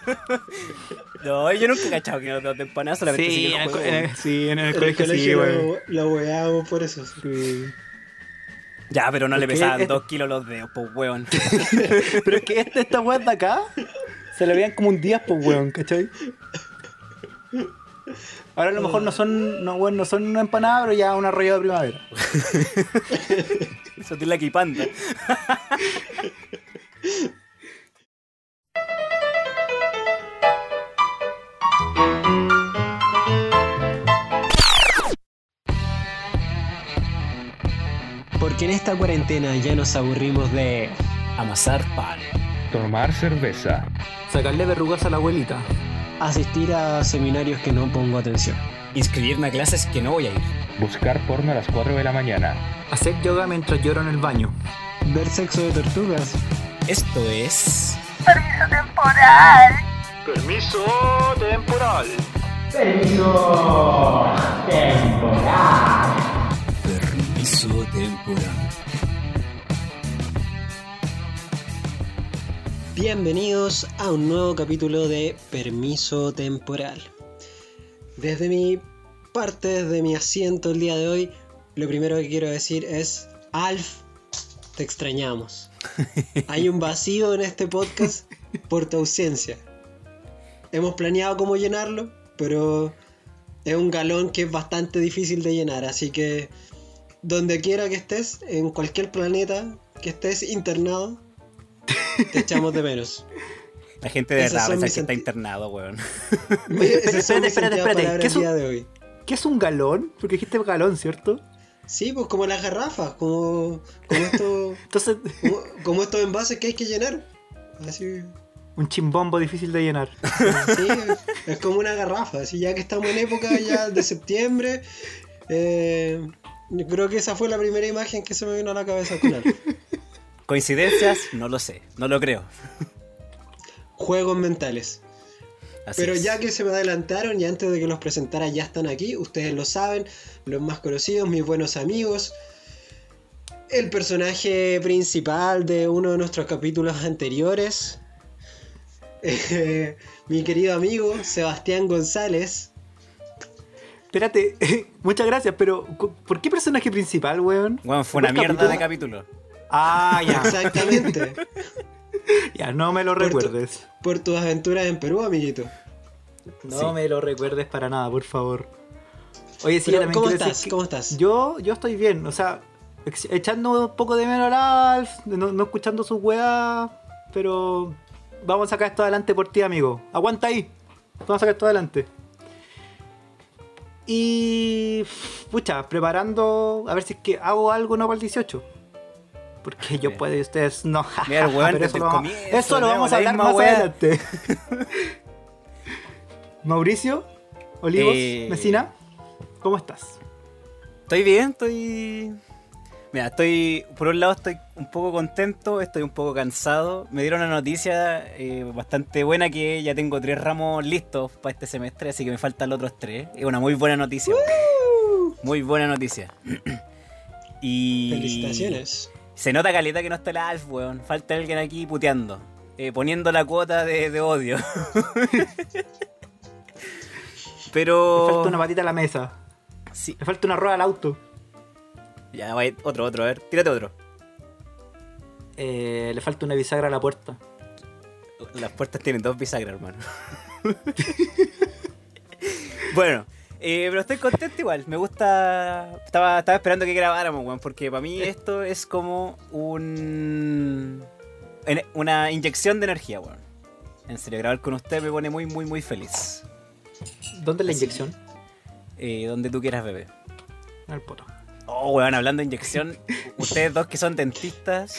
No, yo nunca he cachado que los dedos de empanada solamente Sí, siguen el juego. sí, en el En el colegio sí, colegio weón. lo weábamos por eso. Sí. Ya, pero no le Porque pesaban es- 2 kilos los dedos, pues weón. Pero es que esta weá de acá se le veían como un 10, pues weón, ¿cachai? Ahora a lo mejor no son una empanada, pero ya un arroyo de primavera. Eso tiene la equipanda. Porque en esta cuarentena ya nos aburrimos de... Amasar pan. Tomar cerveza. Sacarle verrugas a la abuelita. asistir a seminarios que no pongo atención. Inscribirme a clases que no voy a ir. Buscar porno a las 4 de la mañana. Hacer yoga mientras lloro en el baño. Ver sexo de tortugas. Esto es... Permiso temporal. Permiso temporal. Permiso temporal. Bienvenidos a un nuevo capítulo de Permiso Temporal. Desde mi parte, desde mi asiento el día de hoy, lo primero que quiero decir es: Alf, te extrañamos. Hay un vacío en este podcast por tu ausencia. Hemos planeado cómo llenarlo, pero es un galón que es bastante difícil de llenar, así que donde quiera que estés, en cualquier planeta que estés internado, te echamos de menos. La gente de Esas verdad son piensa mis que está senti- internado, weón. Esas son mis espérate. sentidas palabras ¿Qué es el un- día de hoy. ¿Qué es un galón? Porque dijiste galón, ¿cierto? Sí, pues como las garrafas, como esto, Entonces, como estos envases que hay que llenar. Así, un chimbombo difícil de llenar. sí, es como una garrafa. Así, ya que estamos en época ya de septiembre, yo creo que esa fue la primera imagen que se me vino a la cabeza con Alf. ¿Coincidencias? No lo sé, no lo creo. Juegos mentales. Así Pero es. ya que se me adelantaron y antes de que los presentara ya están aquí, ustedes lo saben, los más conocidos, mis buenos amigos, el personaje principal de uno de nuestros capítulos anteriores, mi querido amigo Sebastián González. Espérate, muchas gracias, pero ¿por qué personaje principal, weón? Weón, fue una ¿Cuál mierda de capítulo. Ah, ya. Exactamente, Ya, no me lo Por tu- recuerdes. por tus aventuras en Perú, amiguito. No Sí. me lo recuerdes para nada, por favor. Oye, sí, Pero, también ¿cómo quiero estás? decir que ¿Cómo estás? Yo estoy bien, o sea, echando un poco de menos al Alf, no escuchando sus weas, pero vamos a sacar esto adelante por ti, amigo. Aguanta ahí, vamos a sacar esto adelante. Y pucha, preparando a ver si es que hago algo no para el 18. Porque yo Bien. puedo y ustedes no. Mira, el weón, Pero desde el comienzo, eso lo vamos a la hablar misma más wea. adelante. Mauricio, Olivos, Mesina, ¿cómo estás? Estoy bien, estoy... Mira, por un lado estoy un poco contento, estoy un poco cansado. Me dieron una noticia bastante buena que ya tengo 3 ramos listos para este semestre, así que me faltan los otros 3. Es una muy buena noticia. Muy buena noticia. Y... Felicitaciones. Se nota caleta que no está la Alf, weón. Falta alguien aquí puteando. Poniendo la cuota de odio. Pero... Le falta una patita a la mesa, Sí. le falta una rueda al auto. Ya, vaya, otro, a ver. Tírate otro. Le falta una bisagra a la puerta. Las puertas tienen 2 bisagras, hermano. Bueno, pero estoy contento igual. Me gusta... Estaba esperando que grabáramos, weón. Porque para mí esto es como una inyección de energía, weón. En serio, grabar con usted me pone muy, muy, muy feliz. ¿Dónde es la Así. inyección? Donde tú quieras, bebé. En el poto. Oh, weón, hablando de inyección, ustedes dos que son dentistas,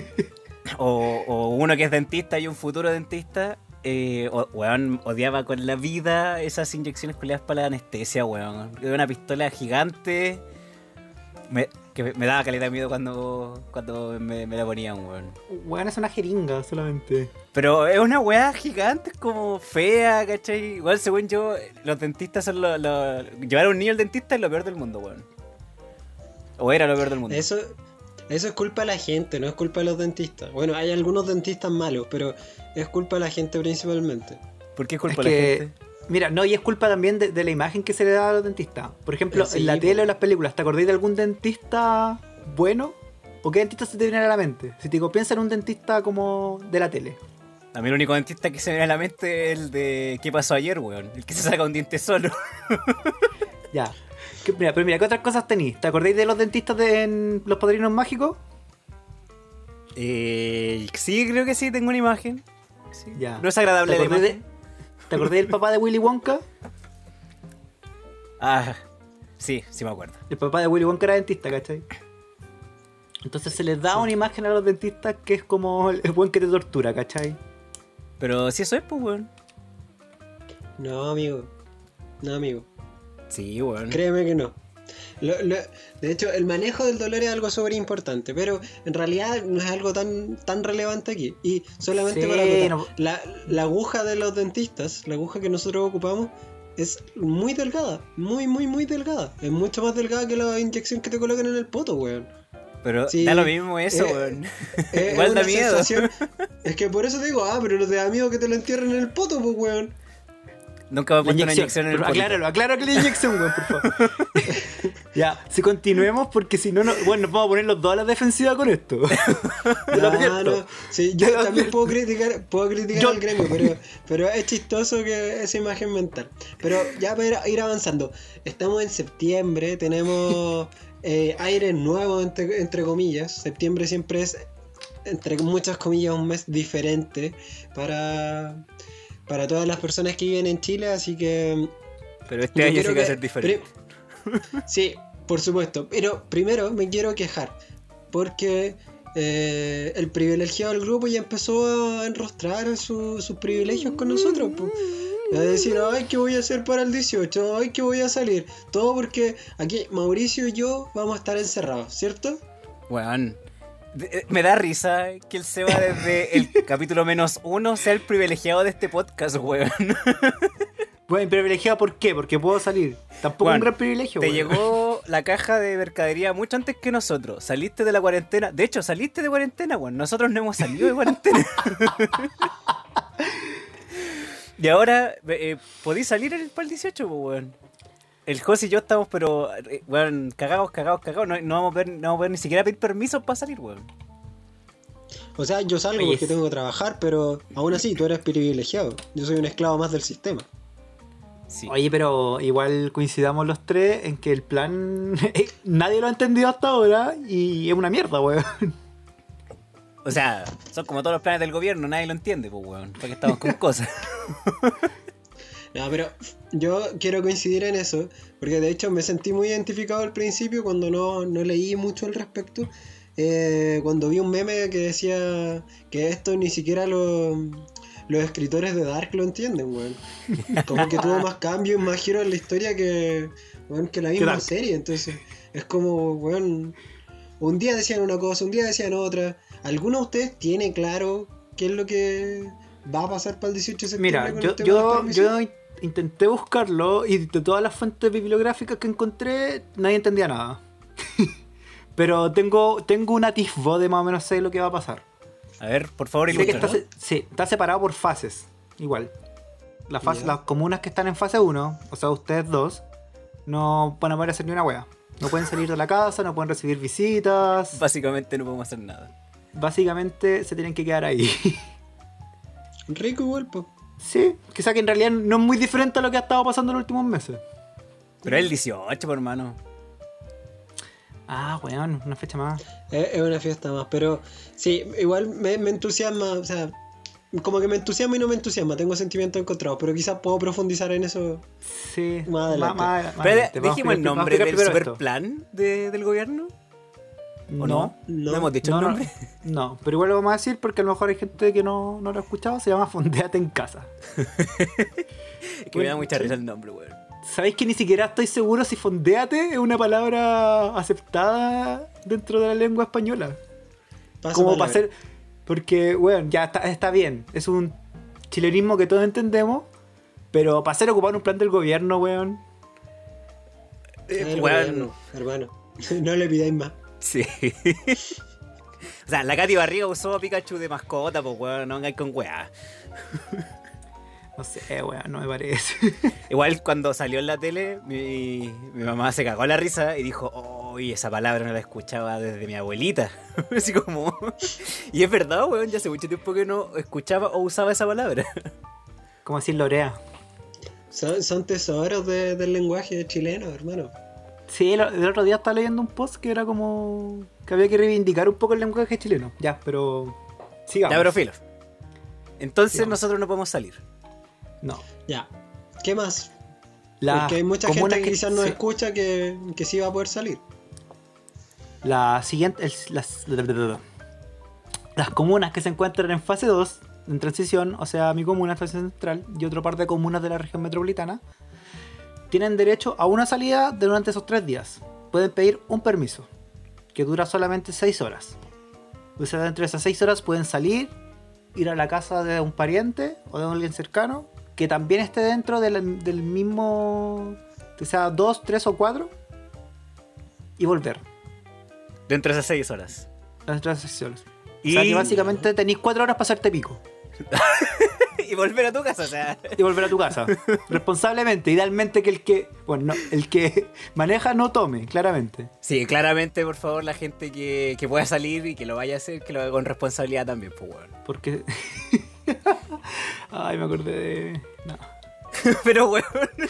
o uno que es dentista y un futuro dentista, weón, odiaba con la vida esas inyecciones culiadas para la anestesia, weón. Era una pistola gigante que me daba caleta de miedo cuando me la ponían, weón. Weón, es una jeringa solamente. Pero es una weá gigante, es como fea, ¿cachai? Igual, según yo, los dentistas son llevar a un niño al dentista es lo peor del mundo, weón. O era lo peor del mundo. Eso es culpa de la gente, no es culpa de los dentistas. Bueno, hay algunos dentistas malos, pero es culpa de la gente principalmente. ¿Por qué culpa Es a la que, gente? mira, no, y es culpa también de la imagen que se le da a los dentistas. Por ejemplo, Sí, en la po. tele o en las películas, ¿te acordáis de algún dentista bueno? ¿O qué dentista se te viene a la mente? Si te digo, piensa en un dentista como de la tele. A mí el único dentista que se me viene a la mente es el de ¿qué pasó ayer, weón? El que se saca un diente solo. Ya. Pero mira, ¿qué otras cosas tenéis? ¿Te acordáis de los dentistas en Los Padrinos Mágicos? Sí, creo que sí, tengo una imagen. Sí. Ya. No es agradable ¿Te la acordáis imagen. ¿Te acordáis del papá de Willy Wonka? Ah, sí me acuerdo. El papá de Willy Wonka era dentista, ¿cachai? Entonces se les da una imagen a los dentistas que es como el buen que te tortura, ¿cachai? Pero si eso es, pues, weón. No, amigo. No, amigo. Sí, weón. Créeme que no. De hecho, el manejo del dolor es algo súper importante, pero en realidad no es algo tan relevante aquí. Y solamente Sí, para acotar, no. la aguja de los dentistas, la aguja que nosotros ocupamos, es muy delgada. Muy delgada. Es mucho más delgada que la inyección que te colocan en el poto, weón. Pero Sí, da lo mismo eso, weón. Igual da una miedo. sensación- Es que por eso te digo, pero no te da miedo que te lo entierren en el poto, pues, weón. Nunca me he La puesto una inyección en el Pero potito. aclaro que la inyección, weón, por favor. Ya, si continuemos, porque si no, bueno, nos vamos a poner los dos a la defensiva con esto. Te lo advierto. No. Sí, yo Te lo también advierto. puedo criticar Yo- al gremio, pero es chistoso que esa imagen mental. Pero ya para ir avanzando, estamos en septiembre, tenemos aire nuevo, entre comillas. Septiembre siempre es, entre muchas comillas, un mes diferente para todas las personas que viven en Chile, así que... Pero este yo año sí quiero que va a ser diferente. Sí, por supuesto. Pero primero me quiero quejar. Porque el privilegiado del grupo ya empezó a enrostrar sus privilegios con nosotros. Po. A decir, ay, ¿qué voy a hacer para el 18? Ay, ¿qué voy a salir? Todo porque aquí Mauricio y yo vamos a estar encerrados, ¿cierto? Weón. Me da risa que el Seba desde el capítulo -1 sea el privilegiado de este podcast, weón. Bueno, privilegiado, ¿por qué? Porque puedo salir. Tampoco Juan, un gran privilegio, Te weón. llegó la caja de mercadería mucho antes que nosotros. Saliste de la cuarentena. De hecho, saliste de cuarentena, weón. Nosotros no hemos salido de cuarentena. Y ahora podéis salir para el 18, pues, weón. El José y yo estamos, pero, weón, cagados. No vamos a poder ni siquiera pedir permiso para salir, weón. O sea, yo salgo Oye, porque tengo que trabajar, pero aún así tú eres privilegiado. Yo soy un esclavo más del sistema. Sí. Oye, pero igual coincidamos los tres en que el plan nadie lo ha entendido hasta ahora y es una mierda, weón. O sea, son como todos los planes del gobierno, nadie lo entiende, pues, weón. Porque estamos con cosas. No, pero yo quiero coincidir en eso, porque de hecho me sentí muy identificado al principio cuando no leí mucho al respecto. Cuando vi un meme que decía que esto ni siquiera los escritores de Dark lo entienden, weón. Como que tuvo más cambios, más giros en la historia que la misma Dark. serie. Entonces, es como, weón, un día decían una cosa, un día decían otra. ¿Alguno de ustedes tiene claro qué es lo que va a pasar para el 18 de septiembre? Mira, con yo, el tema de los yo, permisos? yo intenté buscarlo y de todas las fuentes bibliográficas que encontré, nadie entendía nada. Pero tengo un atisbo de más o menos sé lo que va a pasar. A ver, por favor, Sé que ilústranos. está separado por fases. Igual. Ya. Las comunas que están en fase 1, o sea, ustedes dos, no van a poder hacer ni una wea. No pueden salir de la casa, no pueden recibir visitas. Básicamente no podemos hacer nada. Básicamente se tienen que quedar ahí. Rico igual, po. Sí, quizá que en realidad no es muy diferente a lo que ha estado pasando en los últimos meses. Pero es el 18, por hermano. Ah, weón, una fecha más. Es una fiesta más, pero sí, igual me entusiasma, o sea, como que me entusiasma y no me entusiasma, tengo sentimientos encontrados, pero quizás puedo profundizar en eso. Sí, Más adelante. Pero adelante. Vamos a dijimos el explicar- nombre vamos a del explicar super primero plan del gobierno. esto. ¿O no? No. No hemos dicho No, el no, nombre. no, pero igual lo vamos a decir porque a lo mejor hay gente que no lo ha escuchado. Se llama Fondeate en Casa. Es que me da mucha risa el nombre, weón. ¿Sabéis que ni siquiera estoy seguro si fondeate es una palabra aceptada dentro de la lengua española? Paso Como palabra. para ser... Porque, bueno, ya está bien. Es un chilenismo que todos entendemos. Pero para ser ocupado en un plan del gobierno, weón. El Weón, gobierno, hermano. No le pidáis más. sí. O sea, la Katy Barriga usó a Pikachu de mascota, pues weón, no vengáis con weá. No sé, weón, no me parece. Igual cuando salió en la tele, mi mamá se cagó la risa y dijo, oh, y esa palabra no la escuchaba desde mi abuelita. Así como... Y es verdad, weón, ya hace mucho tiempo que no escuchaba o usaba esa palabra. Como decir Lorea. Son tesoros del lenguaje chileno, hermano. Sí, el otro día estaba leyendo un post que era como... que había que reivindicar un poco el lenguaje chileno. Ya, pero... sigamos. Ya, pero filo. Entonces Sigamos. nosotros no podemos salir. No. Ya. ¿Qué más? Las Porque hay mucha comunas gente que quizás no sí. escucha que sí va a poder salir. La siguiente... las comunas que se encuentran en fase 2, en transición, o sea, mi comuna, fase central, y otro par de comunas de la región metropolitana, tienen derecho a una salida durante esos 3 días. Pueden pedir un permiso, que dura solamente 6 horas. O sea, dentro de esas 6 horas pueden salir, ir a la casa de un pariente o de alguien cercano, que también esté dentro del mismo, que sea 2, 3 o 4, y volver. Dentro de esas 6 horas. Dentro de esas 6 horas. Y... O sea, que básicamente tenéis 4 horas para hacerte pico. y volver a tu casa, o sea... Y volver a tu casa. Responsablemente. Idealmente que el que... bueno, no, el que maneja no tome, claramente. Sí, claramente, por favor, la gente que pueda salir y que lo vaya a hacer, que lo haga con responsabilidad también, pues, weón. Porque... ay, me acordé de... no. Pero, weón...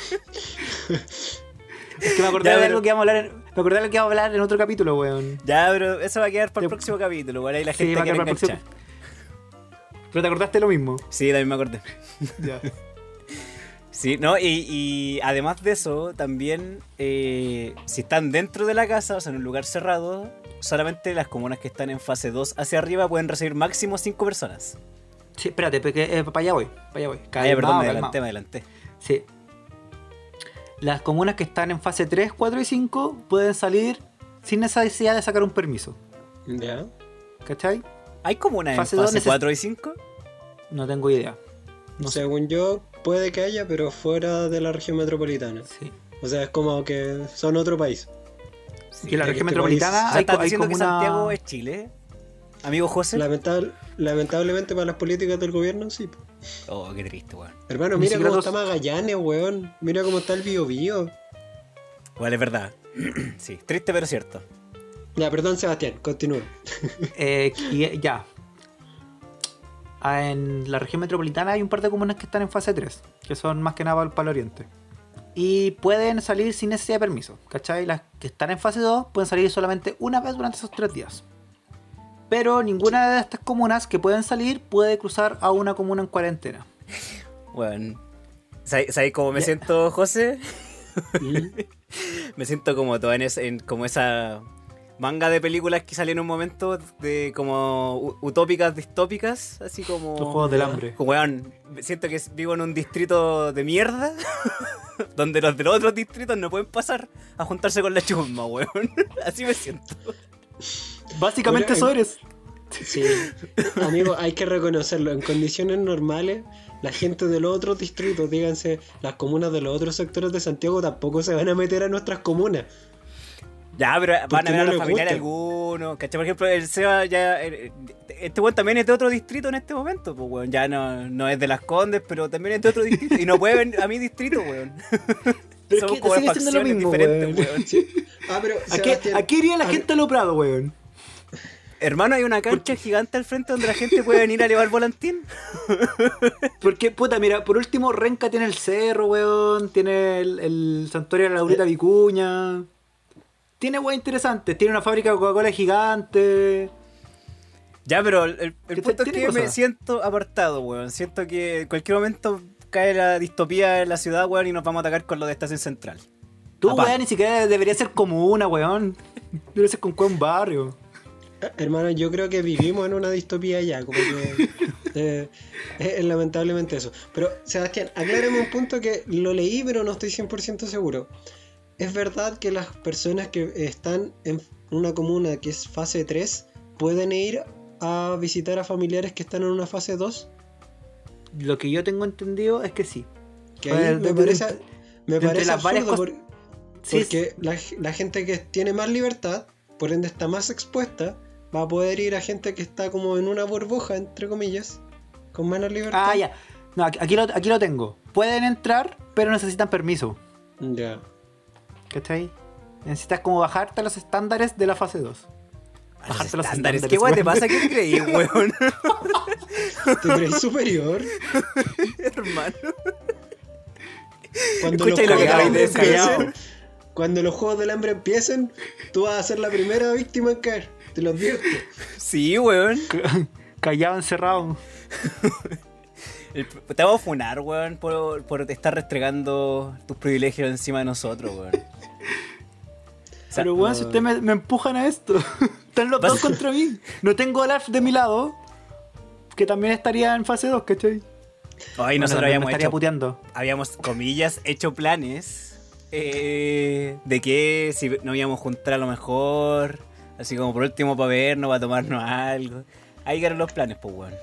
Es que me acordé Ya, de pero- algo que íbamos a hablar... me acordé de algo que íbamos a hablar en otro capítulo, weón. Ya, pero eso va a quedar para el Te- próximo capítulo, weón. Ahí la Sí, gente va a quiere quedar para el enganchar. Pero te acordaste lo mismo. Sí, también me acordé. Ya. Sí, ¿no? Y además de eso, también, si están dentro de la casa, o sea, en un lugar cerrado, solamente las comunas que están en fase 2 hacia arriba pueden recibir máximo 5 personas. Sí, espérate, para allá voy. Para allá voy. Ah, ya, perdón, me Calmao. adelanté. Sí. Las comunas que están en fase 3, 4 y 5 pueden salir sin necesidad de sacar un permiso. Ya. ¿Cachai? ¿Hay comunas en Fase dos fase 4 y 5? No tengo idea. No sé. Según yo, puede que haya, pero fuera de la región metropolitana. Sí. O sea, es como que son otro país. Y en la este región país- metropolitana O sea, hay, ¿estás hay diciendo que comuna... Santiago es Chile? Amigo José. Lamentablemente para las políticas del gobierno, sí. Oh, qué triste, weón. Hermano, Ni mira siquiera cómo dos- está Magallanes, weón. Mira cómo está el Biobío. Vale, es verdad. Sí, triste pero cierto. Ya, perdón, Sebastián, continúa. y ya. En la región metropolitana hay un par de comunas que están en fase 3, que son más que nada para el oriente. Y pueden salir sin necesidad de permiso, ¿cachai? Las que están en fase 2 pueden salir solamente una vez durante esos 3 días. Pero ninguna de estas comunas que pueden salir puede cruzar a una comuna en cuarentena. Weón. ¿Sabes cómo me siento, José? Me siento como todo en como esa manga de películas que salen en un momento de como utópicas, distópicas, así como... Los Juegos del Hambre. Como, weón, siento que vivo en un distrito de mierda donde los de los otros distritos no pueden pasar a juntarse con la chusma, weón. Así me siento. Básicamente Bueno, eso eres. Sí, amigo, hay que reconocerlo. En condiciones normales, la gente de los otros distritos, díganse, las comunas de los otros sectores de Santiago, tampoco se van a meter a nuestras comunas. Ya, pero van Porque a ver no a los les familiares gusta. algunos, ¿cachai? Por ejemplo, el Seba ya... Este weón también es de otro distrito en este momento, pues weón. Ya no es de Las Condes, pero también es de otro distrito. Y no puede venir a mi distrito, weón. Pero es Somos que como sigue siendo lo facciones mismo, diferentes, weón. weón. Ah, pero ¿A qué iría la a- gente a Lo Prado, weón? Hermano, hay una cancha gigante al frente donde la gente puede venir a llevar volantín. Porque, puta, mira, por último, Renca tiene el cerro, weón. Tiene el santuario de la Laurita Vicuña. Tiene weón interesantes. Tiene una fábrica de Coca-Cola gigante. Ya, pero el punto es tiene que me cosas. siento apartado, weón. Siento que en cualquier momento cae la distopía en la ciudad, weón, y nos vamos a atacar con lo de Estación Central. Tú, Apá. weón, ni siquiera debería ser comuna, weón. Debería ser con un barrio. Hermano, yo creo que vivimos en una distopía ya, como que es lamentablemente eso. Pero, Sebastián, aclárame un punto que lo leí, pero no estoy 100% seguro. ¿Es verdad que las personas que están en una comuna que es fase 3 pueden ir a visitar a familiares que están en una fase 2? Lo que yo tengo entendido es que sí. Que A ver, ahí me de- parece, de- me entre parece las varias absurdo cosas- Sí, porque la gente que tiene más libertad, por ende está más expuesta, va a poder ir a gente que está como en una burbuja, entre comillas, con menos libertad. Ah, ya. No, aquí lo tengo. Pueden entrar, pero necesitan permiso. Ya. ¿Cachai? Necesitas como bajarte a los estándares de la fase 2. Bajarte los Estándares. ¿Qué guay te pasa? ¿Qué te creí, weón? ¿Te crees superior? Hermano. Cuando Escucha los lo que Juegos acabáis de del Hambre decir. empiecen, cuando los Juegos del Hambre empiecen, tú vas a ser la primera víctima en caer. Te lo advierto. Sí, weón. Callado, encerrado. Te vamos a funar, weón, por estar restregando tus privilegios encima de nosotros, weón. O sea, Pero weón, si ustedes me empujan a esto, están los dos contra mí. No tengo a Laf de mi lado, que también estaría en fase 2, ¿cachai? hoy Bueno, nosotros también me habíamos estaría hecho, puteando. comillas, hecho planes de que si nos íbamos a juntar a lo mejor, así como por último para vernos, para tomarnos algo. Ahí quedaron los planes, pues, weón.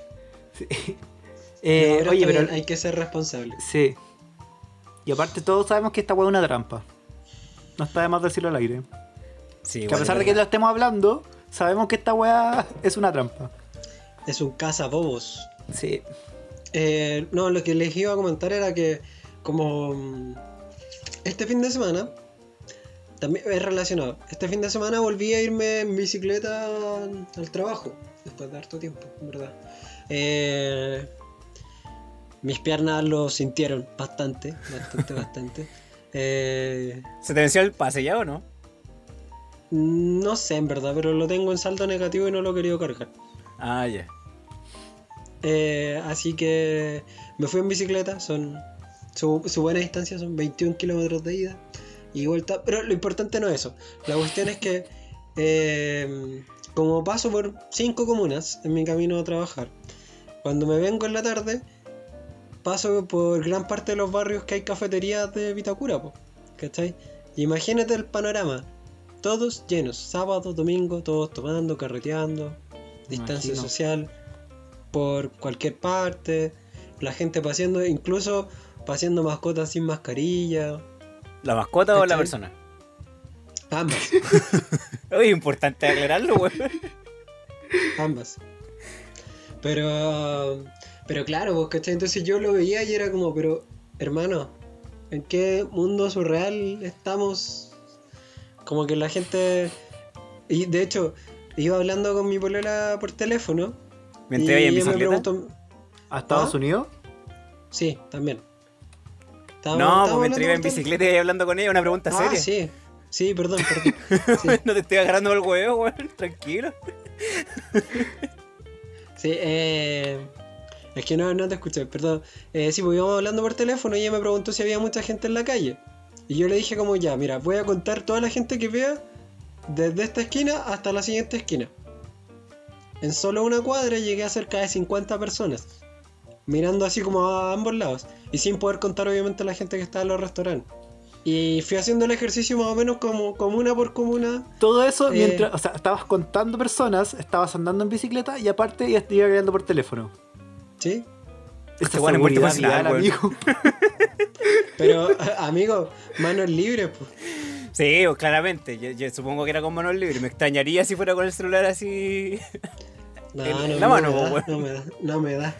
Ahora Oye, está pero bien, hay que ser responsable. sí. Y aparte todos sabemos que esta weá es una trampa. No está de más decirlo al aire. Sí, Que a igual pesar es de que lo verdad. estemos hablando, sabemos que esta weá es una trampa. Es un cazabobos. Sí. No, lo que les iba a comentar era que como este fin de semana también es relacionado. Este fin de semana volví a irme en bicicleta al trabajo después de harto tiempo, en verdad. Mis piernas lo sintieron bastante. ¿Se te venció el pase ya o no? No sé en verdad, pero lo tengo en saldo negativo y no lo he querido cargar. Ah, ya. Así que me fui en bicicleta, su buena distancia son 21 kilómetros de ida y vuelta, pero lo importante no es eso. La cuestión es que como paso por 5 comunas en mi camino a trabajar, cuando me vengo en la tarde, paso por gran parte de los barrios que hay cafeterías de Vitacura, ¿cachai? Y imagínate el panorama, todos llenos, sábado, domingo, todos tomando, carreteando, distancia Imagino. social por cualquier parte, la gente paseando, incluso paseando mascotas sin mascarilla, ¿La mascota o la ¿Cachai? persona? ambas, Oye, importante aclararlo, weón. ambas. Pero claro, pues, ¿cachai? Entonces yo lo veía y era como, pero hermano, ¿en qué mundo surreal estamos? Como que la gente... Y de hecho, iba hablando con mi polola por teléfono. ¿Mientras iba en ella me bicicleta? preguntó... ¿A Estados ¿Ah? Unidos? Sí, también. No, pues mientras iba en bicicleta y hablando con ella, una pregunta Ah, seria. sí. Sí, perdón. Sí. No te estoy agarrando el huevo, weón. Tranquilo. Sí, es que no te escuché, perdón. Sí, pues íbamos hablando por teléfono y ella me preguntó si había mucha gente en la calle. Y yo le dije como ya, mira, voy a contar toda la gente que vea desde esta esquina hasta la siguiente esquina. En solo una cuadra llegué a cerca de 50 personas, mirando así como a ambos lados. Y sin poder contar obviamente a la gente que estaba en los restaurantes. Y fui haciendo el ejercicio más o menos como comuna por comuna. Todo eso mientras, o sea, estabas contando personas, estabas andando en bicicleta y aparte ya te iba hablando por teléfono. ¿Sí? Esta bueno, es seguridad multifuncional, vial, weón. amigo. Pero, amigo, manos libres, pues. Sí, pues, claramente. Yo supongo que era con manos libres. Me extrañaría si fuera con el celular así. No, En no, la no mano, me da, pues, no me da.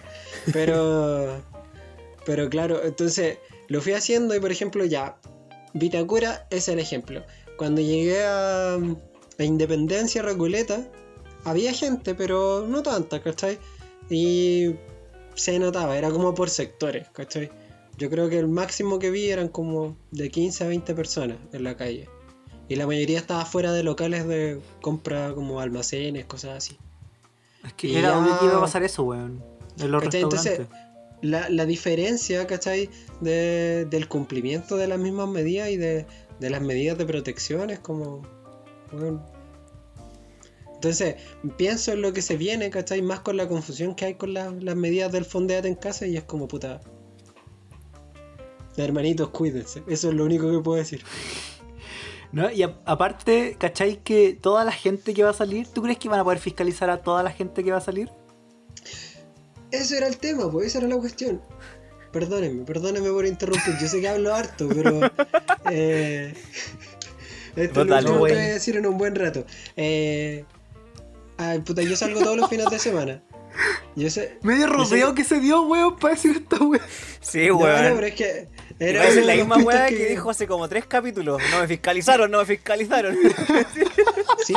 Pero claro, entonces lo fui haciendo y por ejemplo ya, Vitacura es el ejemplo. Cuando llegué a Independencia, Recoleta, había gente, pero no tanta, ¿cachai? Y se notaba, era como por sectores, ¿cachai? Yo creo que el máximo que vi eran como de 15 a 20 personas en la calle. Y la mayoría estaba fuera de locales de compra como almacenes, cosas así. Es que Y era ya- obvio que iba a pasar eso, weón. En los ¿Cachai? restaurantes. Entonces, la diferencia, ¿cachai? Del cumplimiento de las mismas medidas y de las medidas de protección es como... bueno. Entonces, pienso en lo que se viene, ¿cachai? Más con la confusión que hay con las medidas del Fondéate en casa y es como puta... Hermanitos, cuídense. Eso es lo único que puedo decir. ¿No? Y aparte, ¿cachai? Que toda la gente que va a salir, ¿tú crees que van a poder fiscalizar a toda la gente que va a salir? Eso era el tema, pues esa era la cuestión. Perdónenme por interrumpir. Yo sé que hablo harto, pero... esto es lo Total, último que güey. voy a decir en un buen rato. Puta, yo salgo todos los fines de semana. Yo sé. Medio rodeo que se dio, weón, para decir esta weón. Sí, No, weón. pero es que. Y Era parece uno la de los misma puntos weá que dijo hace como 3 capítulos. No me fiscalizaron, no me fiscalizaron. Sí,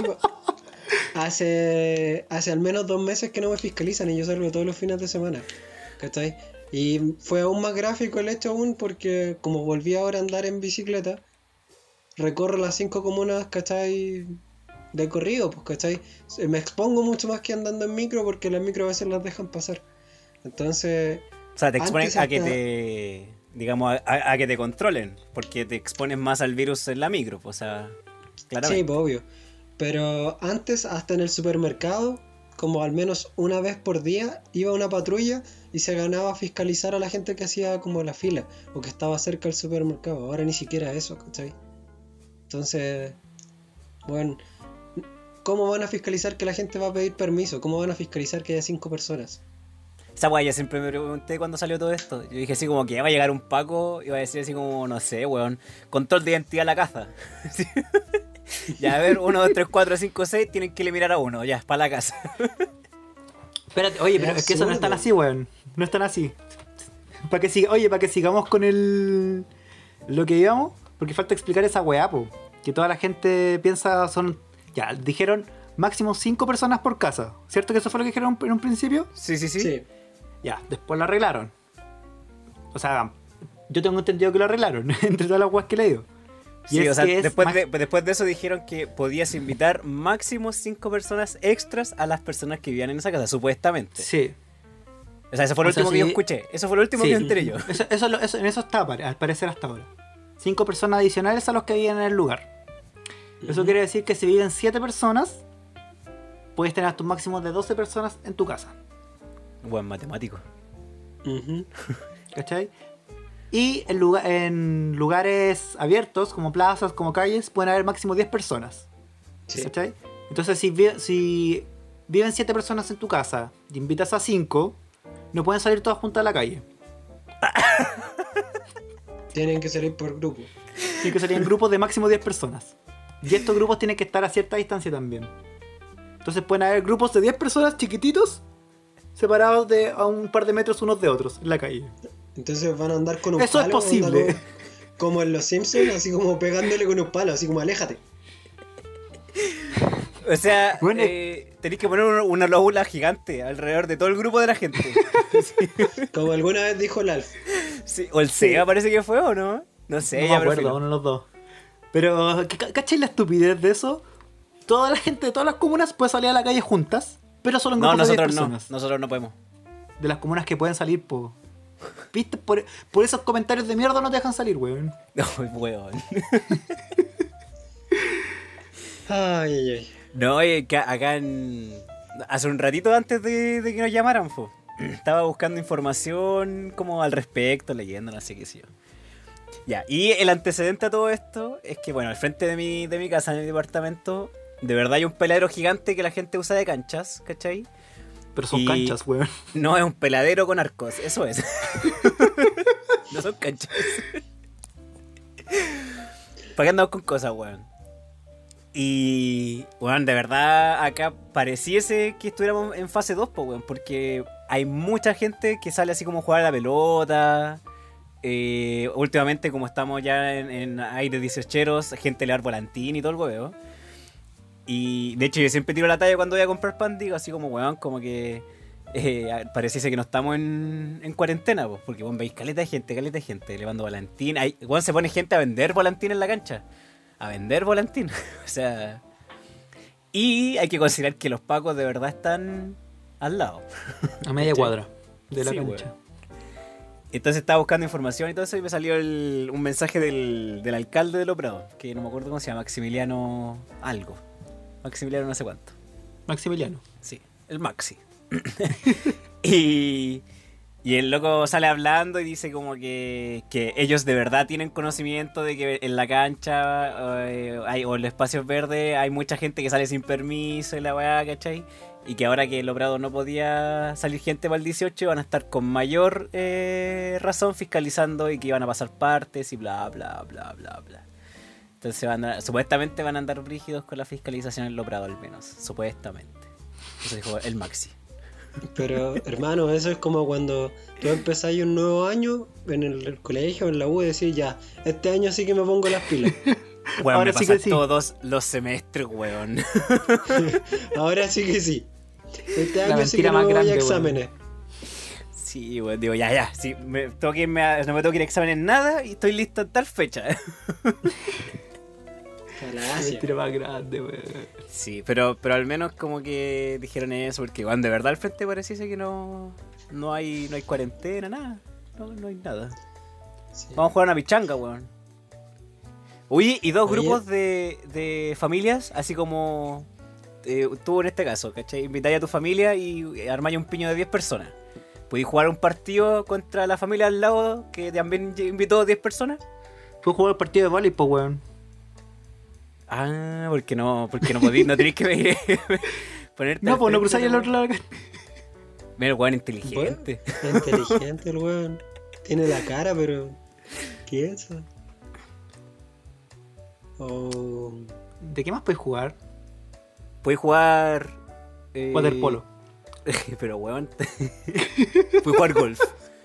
hace al menos 2 meses que no me fiscalizan y yo salgo todos los fines de semana. ¿Cachai? Y fue aún más gráfico el hecho aún porque como volví ahora a andar en bicicleta, recorro las 5 comunas, ¿cachai? De corrido, pues, ¿cachai? Me expongo mucho más que andando en micro porque las micro a veces las dejan pasar. Entonces... O sea, te exponen antes a que hasta- te... digamos, a que te controlen. Porque te expones más al virus en la micro. O sea, Sí, claramente. pues, obvio. Pero antes, hasta en el supermercado, como al menos una vez por día, iba una patrulla y se ganaba fiscalizar a la gente que hacía como la fila o que estaba cerca del supermercado. Ahora ni siquiera eso, ¿cachai? Entonces, bueno, ¿cómo van a fiscalizar que la gente va a pedir permiso? ¿Cómo van a fiscalizar que haya 5 personas? Esa weá, yo siempre me pregunté cuando salió todo esto. Yo dije así como que va a llegar un Paco y va a decir así como, no sé, weón, control de identidad a la casa. Ya, a ver, 1, 2, 3, 4, 5, 6, tienen que eliminar a uno, ya, para la casa. Espérate, oye, pero Es es que eso no es tan absurdo. así, weón. No es tan así. Oye, para que sigamos con lo que íbamos, porque falta explicar esa weá, po. Que toda la gente piensa son. Ya, dijeron máximo 5 personas por casa. ¿Cierto que eso fue lo que dijeron en un principio? Sí, sí, sí. Sí. Ya, después lo arreglaron. O sea, yo tengo entendido que lo arreglaron, entre todas las weas que he leído. Y Sí, es o sea, que es después de eso dijeron que podías invitar máximo 5 personas extras a las personas que vivían en esa casa, supuestamente. Sí. O sea, eso fue lo O sea, último que yo sí. escuché. Eso fue lo último Sí, que me enteré yo. en eso está, al parecer hasta ahora. 5 personas adicionales a los que viven en el lugar. Eso quiere decir que si viven 7 personas, puedes tener hasta un máximo de 12 personas en tu casa. Buen matemático. Ujú. ¿Cachai? Y en lugares abiertos, como plazas, como calles, pueden haber máximo 10 personas. Sí. ¿Cachai? Entonces, si viven 7 personas en tu casa y invitas a 5, no pueden salir todas juntas a la calle. Tienen que salir por grupo. Tienen que salir en grupos de máximo 10 personas. Y estos grupos tienen que estar a cierta distancia también. Entonces pueden haber grupos de 10 personas chiquititos, separados a un par de metros unos de otros en la calle. Entonces van a andar con un Eso es palo. posible. onda como en los Simpsons, así como pegándole con un palo, así como aléjate. O sea, Bueno, tenéis que poner una lóbula gigante alrededor de todo el grupo de la gente. Como alguna vez dijo el Alf. Sí, o el Sega parece que fue, ¿o no? No sé, No me ya acuerdo, prefiero. uno de los dos. Pero, ¿cachai la estupidez de eso? Toda la gente de todas las comunas puede salir a la calle juntas, pero solo en No, grupos de 10 nosotros no. personas. Nosotros no podemos. De las comunas que pueden salir, po. ¿Viste? Por esos comentarios de mierda no te dejan salir, weón. No, weón. Ay, ay, ay. No, acá hace un ratito antes de que nos llamaran, estaba buscando información como al respecto, leyendo, no sé qué sé yo. Ya, y el antecedente a todo esto es que, bueno, al frente de mi casa, en mi departamento, de verdad hay un peladero gigante que la gente usa de canchas, ¿cachai? Pero son Y- canchas, weón. No es un peladero con arcos, eso es. No son canchas. ¿Para qué andamos con cosas, weón? Y, weón, de verdad acá pareciese que estuviéramos en fase 2, weón, porque hay mucha gente que sale así como a jugar a la pelota. Últimamente, como estamos ya en aire 18eros, gente le da volantín y todo el huevo. Y de hecho, yo siempre tiro la talla cuando voy a comprar pan, digo así como, weón, como que pareciese que no estamos en cuarentena, pues, porque weón, veis caleta de gente llevando volantín. Weón, se pone gente a vender volantín en la cancha. A vender volantín. O sea. Y hay que considerar que los pacos de verdad están al lado. A media ¿Cachai? cuadra de la Sí, cancha. weón. Entonces estaba buscando información y todo eso y me salió un mensaje del alcalde de Los Prados, que no me acuerdo cómo se llama, Maximiliano algo. Maximiliano no sé cuánto. Maximiliano. Sí, el Maxi. y el loco sale hablando y dice como que ellos de verdad tienen conocimiento de que en la cancha o en los espacios verdes hay mucha gente que sale sin permiso y la weá, ¿cachai? Y que ahora que el Obrador no podía salir gente para el 18 van a estar con mayor razón fiscalizando y que iban a pasar partes y bla bla bla bla bla. Entonces supuestamente van a andar rígidos con la fiscalización en el Obrador al menos, supuestamente. Eso dijo el Maxi. Pero, hermano, eso es como cuando tú empezás un nuevo año en el colegio, en la U, y decís, ya, este año sí que me pongo las pilas. Weón, Ahora me sí pasan que sí. todos los semestres, weón. Ahora sí que sí. Este La año sí mentira que no más me voy grande, a weón. exámenes. Sí, weón, digo, ya, sí, no me tengo que ir a exámenes nada y estoy listo en tal fecha. Falacia. Mentira más grande, weón. Sí, pero al menos como que dijeron eso, porque weón, de verdad al frente pareciese que no hay cuarentena, nada. No hay nada. Sí. Vamos a jugar una pichanga, weón. Oye, y dos Oye. grupos de familias, así como tú en este caso, ¿cachai? Invitáis a tu familia y armáis un piño de 10 personas. ¿Podéis jugar un partido contra la familia al lado que también invitó 10 personas? Fue jugar el partido de voleibol, weón. Ah, porque no podéis, no tenéis que ponerte. No, al pues no frente, cruzáis al ¿no? otro lado. Mira, el weón inteligente. Bueno, inteligente el weón. Tiene la cara, pero. ¿Qué es eso? Oh. ¿De qué más puedes jugar? Puedes jugar. Waterpolo. Pero weón. Puedes jugar golf.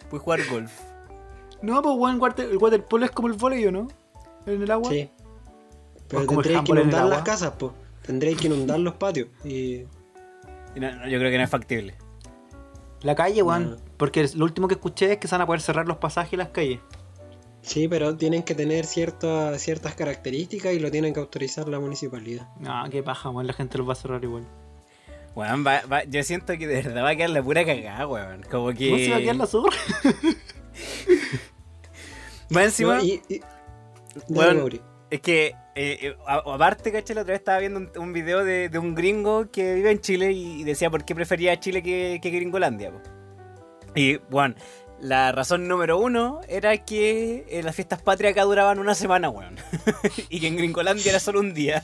No, pues weón, el waterpolo es como el voleibol, ¿no? En el agua. Sí. Pero Pues como el tendréis que handball en el inundar las agua. casas, pues. Tendréis que inundar los patios. Y. No, yo creo que no es factible. La calle, weón. No. Porque lo último que escuché es que se van a poder cerrar los pasajes y las calles. Sí, pero tienen que tener ciertas características y lo tienen que autorizar la municipalidad. No, qué paja, weón. La gente los va a cerrar igual. Weón, yo siento que de verdad va a quedar la pura cagada, weón. Como que. ¿Cómo se va a quedar la zorra? Más encima, No, Dale, weón, Mauri. es que, aparte, caché, la otra vez estaba viendo un video de un gringo que vive en Chile y decía por qué prefería Chile que Gringolandia, po. Y, bueno, la razón número uno era que las fiestas patrias acá duraban una semana, weón. Y que en Gringolandia era solo un día.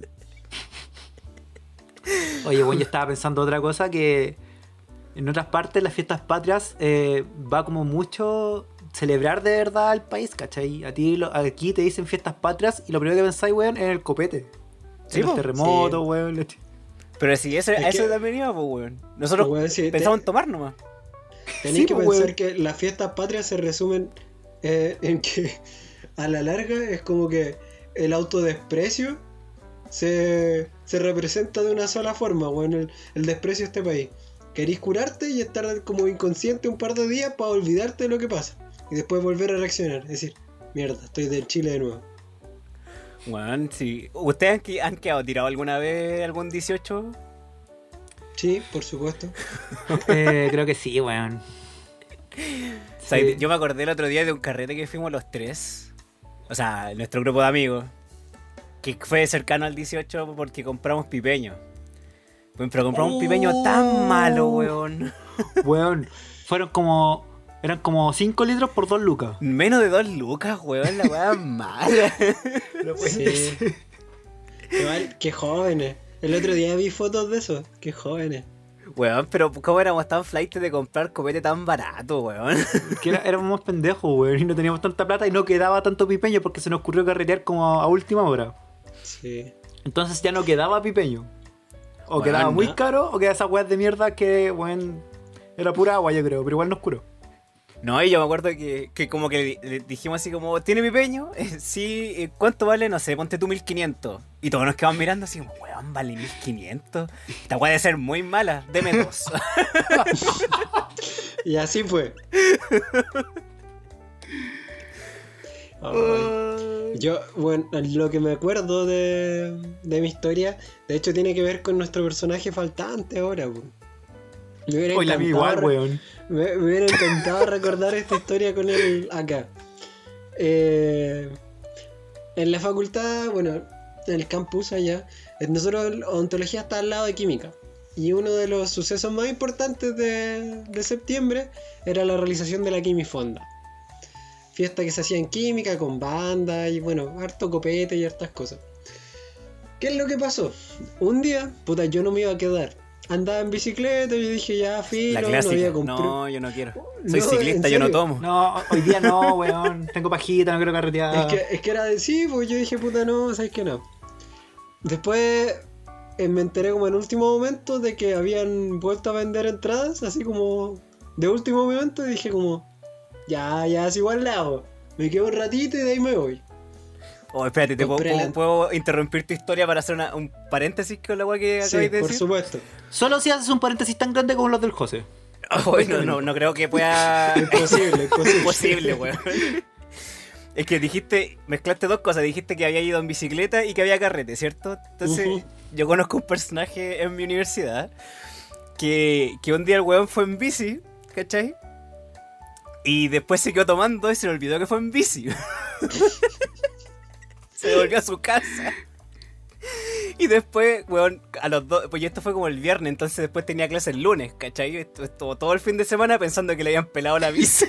Oye, weón, yo estaba pensando otra cosa, que en otras partes las fiestas patrias va como mucho celebrar de verdad al país, ¿cachai? Aquí te dicen fiestas patrias y lo primero que pensáis, weón, es en el copete. Sí, En los po. terremotos, Sí. weón. Pero sí, eso, Es a eso que- también iba, pues, weón. Nosotros Weón, sí, pensamos en tomar nomás. Tenéis Sí, que pues, pensar weón. que las fiestas patrias se resumen en que a la larga es como que el autodesprecio se representa de una sola forma, weón, el desprecio a este país. Querís curarte y estar como inconsciente un par de días para olvidarte de lo que pasa. Y después volver a reaccionar. Es decir, mierda, estoy del Chile de nuevo. Weón, sí. ¿Ustedes han quedado tirado alguna vez algún 18? Sí, por supuesto. Creo que sí, weón. O sea, Sí. yo me acordé el otro día de un carrete que fuimos los tres. O sea, nuestro grupo de amigos. Que fue cercano al 18 porque compramos pipeño. Pero compramos un pipeño tan malo, weón. Weón, eran como 5 litros por 2 lucas. Menos de 2 lucas, weón. La weá es mala. Sí. Igual, qué jóvenes. El otro día vi fotos de eso. Qué jóvenes. Weón, pero ¿cómo éramos tan flightes de comprar copete tan barato, weón? Que éramos más pendejos, weón, y no teníamos tanta plata y no quedaba tanto pipeño porque se nos ocurrió carretear como a última hora. Sí. Entonces ya no quedaba pipeño. O Weón, quedaba muy no. caro, o quedaba esas weas de mierda que, weón, era pura agua, yo creo, pero igual nos curó. No, y yo me acuerdo que como que le dijimos así como, ¿tiene pipeño? Sí, ¿cuánto vale? No sé, ponte tú 1500. Y todos nos quedamos mirando así como, weón, vale 1500. Esta weá debe ser muy mala, deme 2. Y así fue. Ay. Yo, bueno, lo que me acuerdo de mi historia, de hecho tiene que ver con nuestro personaje faltante ahora, po. Me hubiera Hoy la vi igual, encantado weón. Me hubiera encantado recordar esta historia con él acá. En la facultad, bueno, en el campus allá, nosotros odontología está al lado de química. Y uno de los sucesos más importantes de septiembre era la realización de la Quimifonda. Fiesta que se hacía en química, con banda y bueno, harto copete y hartas cosas. ¿Qué es lo que pasó? Un día, puta, yo no me iba a quedar. Andaba en bicicleta y yo dije, ya, filo, La no clásica. había comprado. No, yo no quiero. Soy No, ciclista, ¿en yo no serio? tomo. No, hoy día no, weón. Tengo pajita, no quiero carretear. Es que era de sí, pues yo dije, puta, no, sabes que no. Después me enteré como en último momento de que habían vuelto a vender entradas, así como de último momento, y dije como, ya, es igual la hago. Me quedo un ratito y de ahí me voy. Oh, espérate, Compré la- ¿puedo interrumpir tu historia para hacer un paréntesis con la weá que Sí, acabáis de por decir? supuesto. Solo si haces un paréntesis tan grande como los del José. Oh, no creo que pueda... Imposible. Imposible, weón. Es que mezclaste dos cosas. Dijiste que había ido en bicicleta y que había carrete, ¿cierto? Entonces, Ujú. yo conozco un personaje en mi universidad que un día el weón fue en bici, ¿cachai? Y después se quedó tomando y se le olvidó que fue en bici. Se volvió a su casa. Y después, weón, a los dos, pues esto fue como el viernes, entonces después tenía clase el lunes, ¿cachai? Estuvo todo el fin de semana pensando que le habían pelado la bici.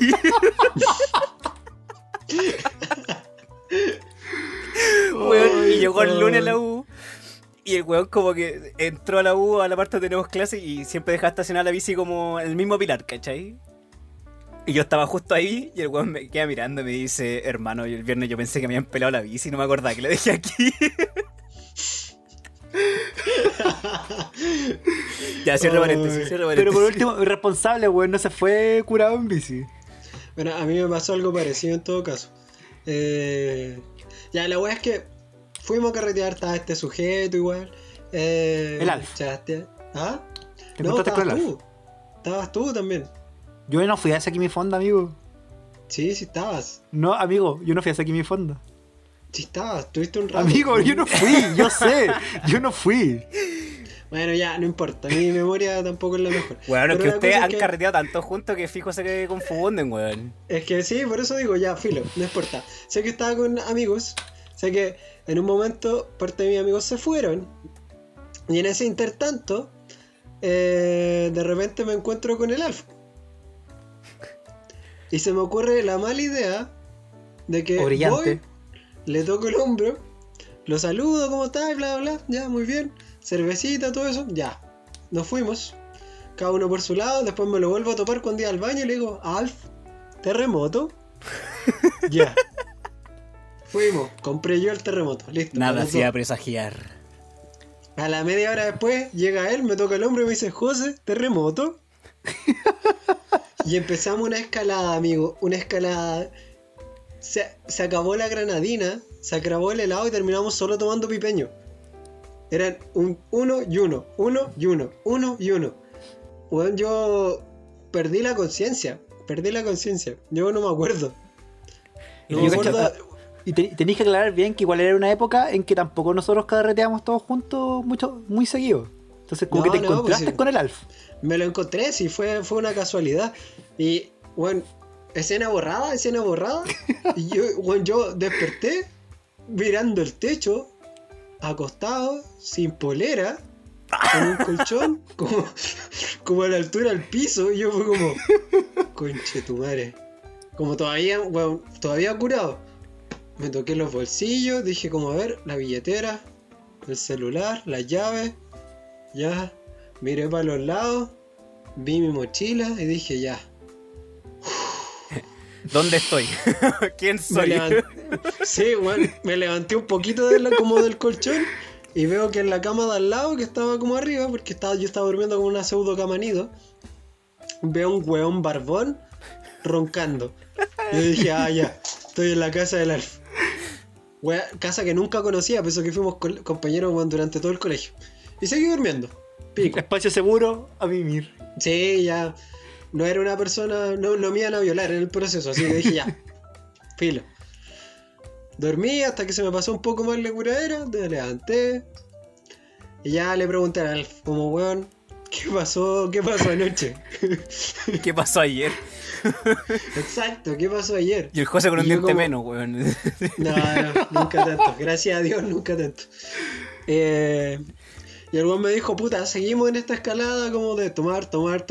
Weón, y llegó el lunes a la U. Y el weón como que entró a la U, a la parte donde tenemos clase, y siempre dejaba estacionar la bici como en el mismo pilar, ¿cachai? Y yo estaba justo ahí y el weón me queda mirando y me dice, hermano, el viernes yo pensé que me habían pelado la bici y no me acordaba que la dejé aquí. Ya, cierro paréntesis. Pero por último, irresponsable, weón, no se fue curado en bici. Bueno, a mí me pasó algo parecido en todo caso. Ya, la wea es que fuimos a carretear, estaba este sujeto igual. El Alf. Sebastián. ¿Ah? ¿Te No, encontraste con estabas el Alf? tú. Estabas tú también. Yo no fui a ese aquí mi fonda, amigo. Sí, estabas. No, amigo, yo no fui a ese aquí mi fonda. Sí estabas, tuviste un rato. Amigo, yo no fui, yo sé, yo no fui. Bueno, ya, no importa, mi memoria tampoco es la mejor. Bueno, es Pero que la ustedes cosa han es carreteado tanto juntos que fijo se confunden, weón. Es que sí, por eso digo, ya, filo, no importa. Sé que estaba con amigos, sé que en un momento parte de mis amigos se fueron, y en ese intertanto, de repente me encuentro con el Alf. Y se me ocurre la mala idea de que O brillante. voy, le toco el hombro, lo saludo, ¿cómo estás? Bla, bla, bla, ya, muy bien. Cervecita, todo eso, ya. Nos fuimos, cada uno por su lado, después me lo vuelvo a topar cuando iba al baño y le digo, Alf, terremoto. Ya. Fuimos, compré yo el terremoto, listo. Nada para los hacía dos. presagiar. A la media hora después llega él, me toca el hombro y me dice, José, terremoto. Y empezamos una escalada, amigo, una escalada. Se acabó la granadina, se acabó el helado y terminamos solo tomando pipeño. Eran un uno y uno, uno y uno, uno y uno. Bueno, yo perdí la conciencia. Yo no me acuerdo. No me Yo cacho- acuerdo. Y tenéis que aclarar bien que igual era una época en que tampoco nosotros carreteábamos todos juntos muy seguido. Entonces como No, que te no, encontraste pues sí. con el Alf. Me lo encontré, sí, fue una casualidad. Y, bueno, escena borrada. Y yo desperté mirando el techo, acostado, sin polera, con un colchón, como a la altura del piso. Y yo fue como, conche tu madre. Como todavía curado. Me toqué los bolsillos, dije como, a ver, la billetera, el celular, las llaves, ya. Miré para los lados, vi mi mochila y dije ya. ¿Dónde estoy? ¿Quién Me soy? levanté, sí, bueno, me levanté un poquito como del colchón y veo que en la cama de al lado, que estaba como arriba, porque yo estaba durmiendo con una pseudo cama nido, veo un weón barbón roncando. Y yo dije, ya, estoy en la casa del Alf. Casa que nunca conocía, pensó que fuimos compañeros durante todo el colegio. Y seguí durmiendo. Pico. Espacio seguro a mimir. Sí, ya. No era una persona. No me iban a violar en el proceso, así que dije ya. Filo. Dormí hasta que se me pasó un poco más la curadera. Me levanté. Y ya le pregunté al Alf, como weón, ¿qué pasó anoche? ¿Qué pasó ayer? Exacto, ¿qué pasó ayer? Y el José con un Y yo diente como- menos, weón. No, nunca tanto. Gracias a Dios, nunca tanto. Y el weón me dijo, puta, seguimos en esta escalada como de tomar.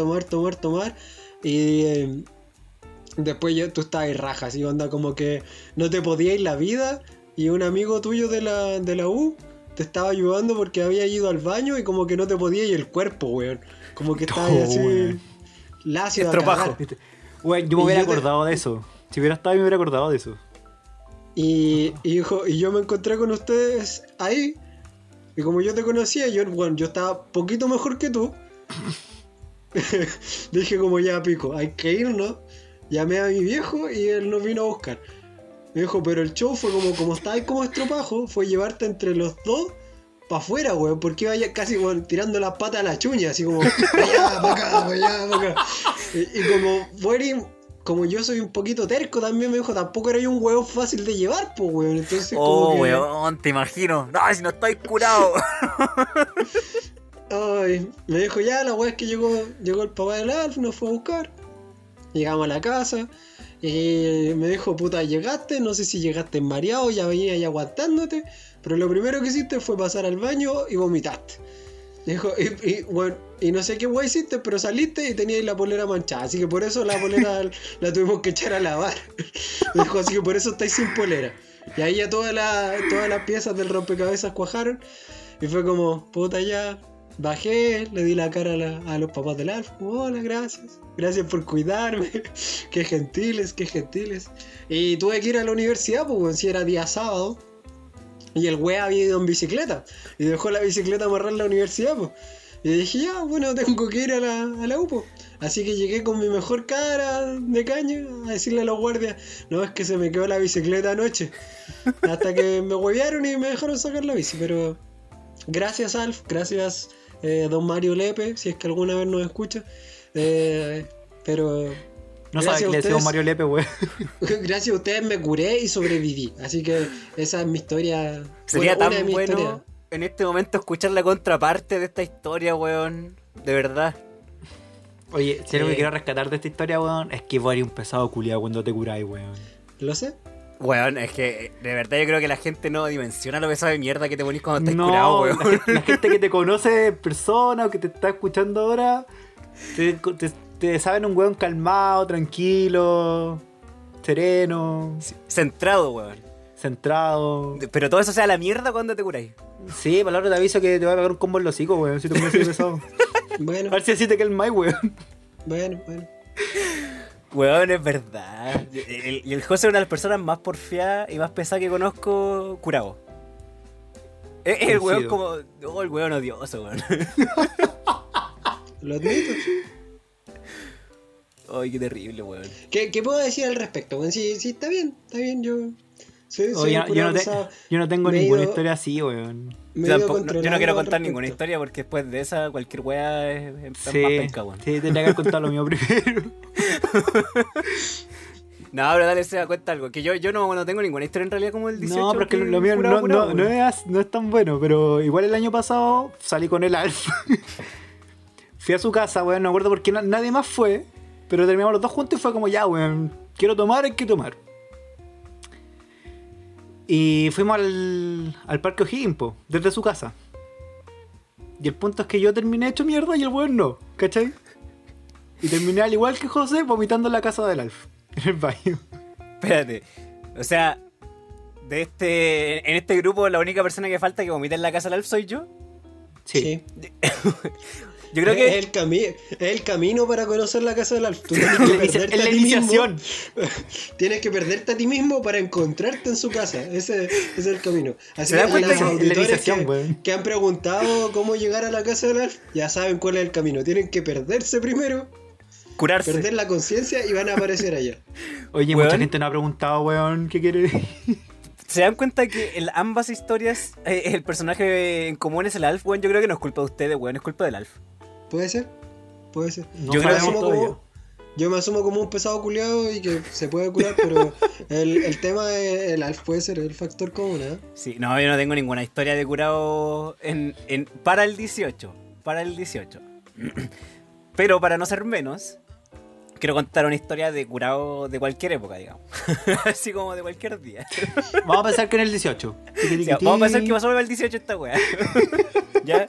Y después tú estabas ahí rajas, y onda como que no te podías ir la vida. Y un amigo tuyo de la U te estaba ayudando porque había ido al baño y como que no te podías ir el cuerpo, weón. Como que estaba ahí así, weón. lacio a Estropajo. cagar. Bueno, yo me Y hubiera yo te- acordado de eso. Si hubiera estado ahí me hubiera acordado de eso. Y yo me encontré con ustedes ahí. Y como yo te conocía, yo estaba poquito mejor que tú. Dije como ya pico, hay que irnos. Llamé a mi viejo y él nos vino a buscar. Me dijo, pero el show fue como estabas como estropajo, fue llevarte entre los dos para afuera, weón, porque iba casi tirando las patas a la chuña, así como, para allá, para acá, para allá, para acá. Y como fuera, como yo soy un poquito terco también, me dijo, tampoco era yo un weón fácil de llevar, pues, weón. Entonces, como que... weón, te imagino. No, si no estoy curado. Ay, me dijo, ya, la weá es que llegó el papá del Alf, nos fue a buscar. Llegamos a la casa. Y me dijo, puta, llegaste, no sé si llegaste mareado, ya venía ahí aguantándote, pero lo primero que hiciste fue pasar al baño y vomitaste. Dijo, y no sé qué guay hiciste, pero saliste y tenías la polera manchada, así que por eso la polera la tuvimos que echar a lavar. Me dijo, así que por eso estáis sin polera. Y ahí ya todas las piezas del rompecabezas cuajaron, y fue como, puta, ya... Bajé, le di la cara a los papás del Alf. Hola, gracias. Gracias por cuidarme. Qué gentiles, qué gentiles. Y tuve que ir a la universidad, pues si era día sábado. Y el güey había ido en bicicleta. Y dejó la bicicleta amarrada en la universidad, pues. Y dije, ya, bueno, tengo que ir a la UPO. Así que llegué con mi mejor cara de caña a decirle a los guardias, no, es que se me quedó la bicicleta anoche. Hasta que me huevearon y me dejaron sacar la bici. Pero gracias, Alf, gracias... don Mario Lepe, si es que alguna vez nos escucha, pero no sabe que le decimos Mario Lepe, wey. Gracias a ustedes me curé y sobreviví, así que esa es mi historia. Sería tan bueno en este momento escuchar la contraparte de esta historia, weón, de verdad. Oye, si algo que quiero rescatar de esta historia, weón, es que vos eres un pesado culiado cuando te curáis, weón. ¿Lo sé? Weón, es que de verdad yo creo que la gente no dimensiona lo pesado de mierda que te ponís cuando estás curado, weón. La gente que te conoce en persona o que te está escuchando ahora te saben un weón calmado, tranquilo, sereno, centrado, weón. Centrado. Pero todo eso sea la mierda cuando te curáis. Sí, palabra te aviso que te va a pegar un combo en los hocicos, weón, si te pones así pesado. Bueno. A ver si así te queda el Mike, weón. Bueno. Weón, es verdad. Y el José es una de las personas más porfiadas y más pesadas que conozco curado. Es el weón como... Oh, el weón odioso, weón. Lo admito. Ay, qué terrible, weón. ¿Qué puedo decir al respecto? Bueno, sí, está bien, yo... Yo no tengo ninguna historia así, weón. Yo no quiero contar ninguna historia porque después de esa cualquier weá es más penca, weón. Sí, tendría que contar lo mío primero. No, pero dale, se da cuenta algo. Que yo no tengo ninguna historia en realidad como el 18. No, pero es que lo mío no es tan bueno. Pero igual el año pasado salí con el Alf. Fui a su casa, weón, no me acuerdo por qué nadie más fue. Pero terminamos los dos juntos y fue como, ya, weón, quiero tomar, hay que tomar. Y fuimos al Parque O'Higgins, desde su casa. Y el punto es que yo terminé hecho mierda y el weón no, ¿cachai? Y terminé al igual que José vomitando en la casa del Alf, en el baño. Espérate, o sea, en este grupo la única persona que falta que vomita en la casa del Alf soy yo. Sí. Yo creo que es el camino para conocer la casa del Alf. Tú tienes que perderte la iniciación. Tienes que perderte a ti mismo para encontrarte en su casa. Ese es el camino. Así ¿Se dan cuenta los que auditores que han preguntado cómo llegar a la casa del Alf, ya saben cuál es el camino. Tienen que perderse primero, curarse, perder la conciencia y van a aparecer allá. Oye, weón, mucha gente nos ha preguntado, weón, ¿qué quiere? ¿Se dan cuenta que en ambas historias el personaje en común es el Alf, weón? Yo creo que no es culpa de ustedes, weón, es culpa del Alf. ¿Puede ser? No, yo creo yo me asumo como un pesado culiado y que se puede curar, pero el tema es el Alf puede ser el factor común, ¿eh? Sí, no, yo no tengo ninguna historia de curado para el 18. Pero para no ser menos, quiero contar una historia de curado de cualquier época, digamos. Así como de cualquier día. Vamos a pensar que en el 18. Sí, vamos a pensar que pasó el 18 esta weá. ¿Ya?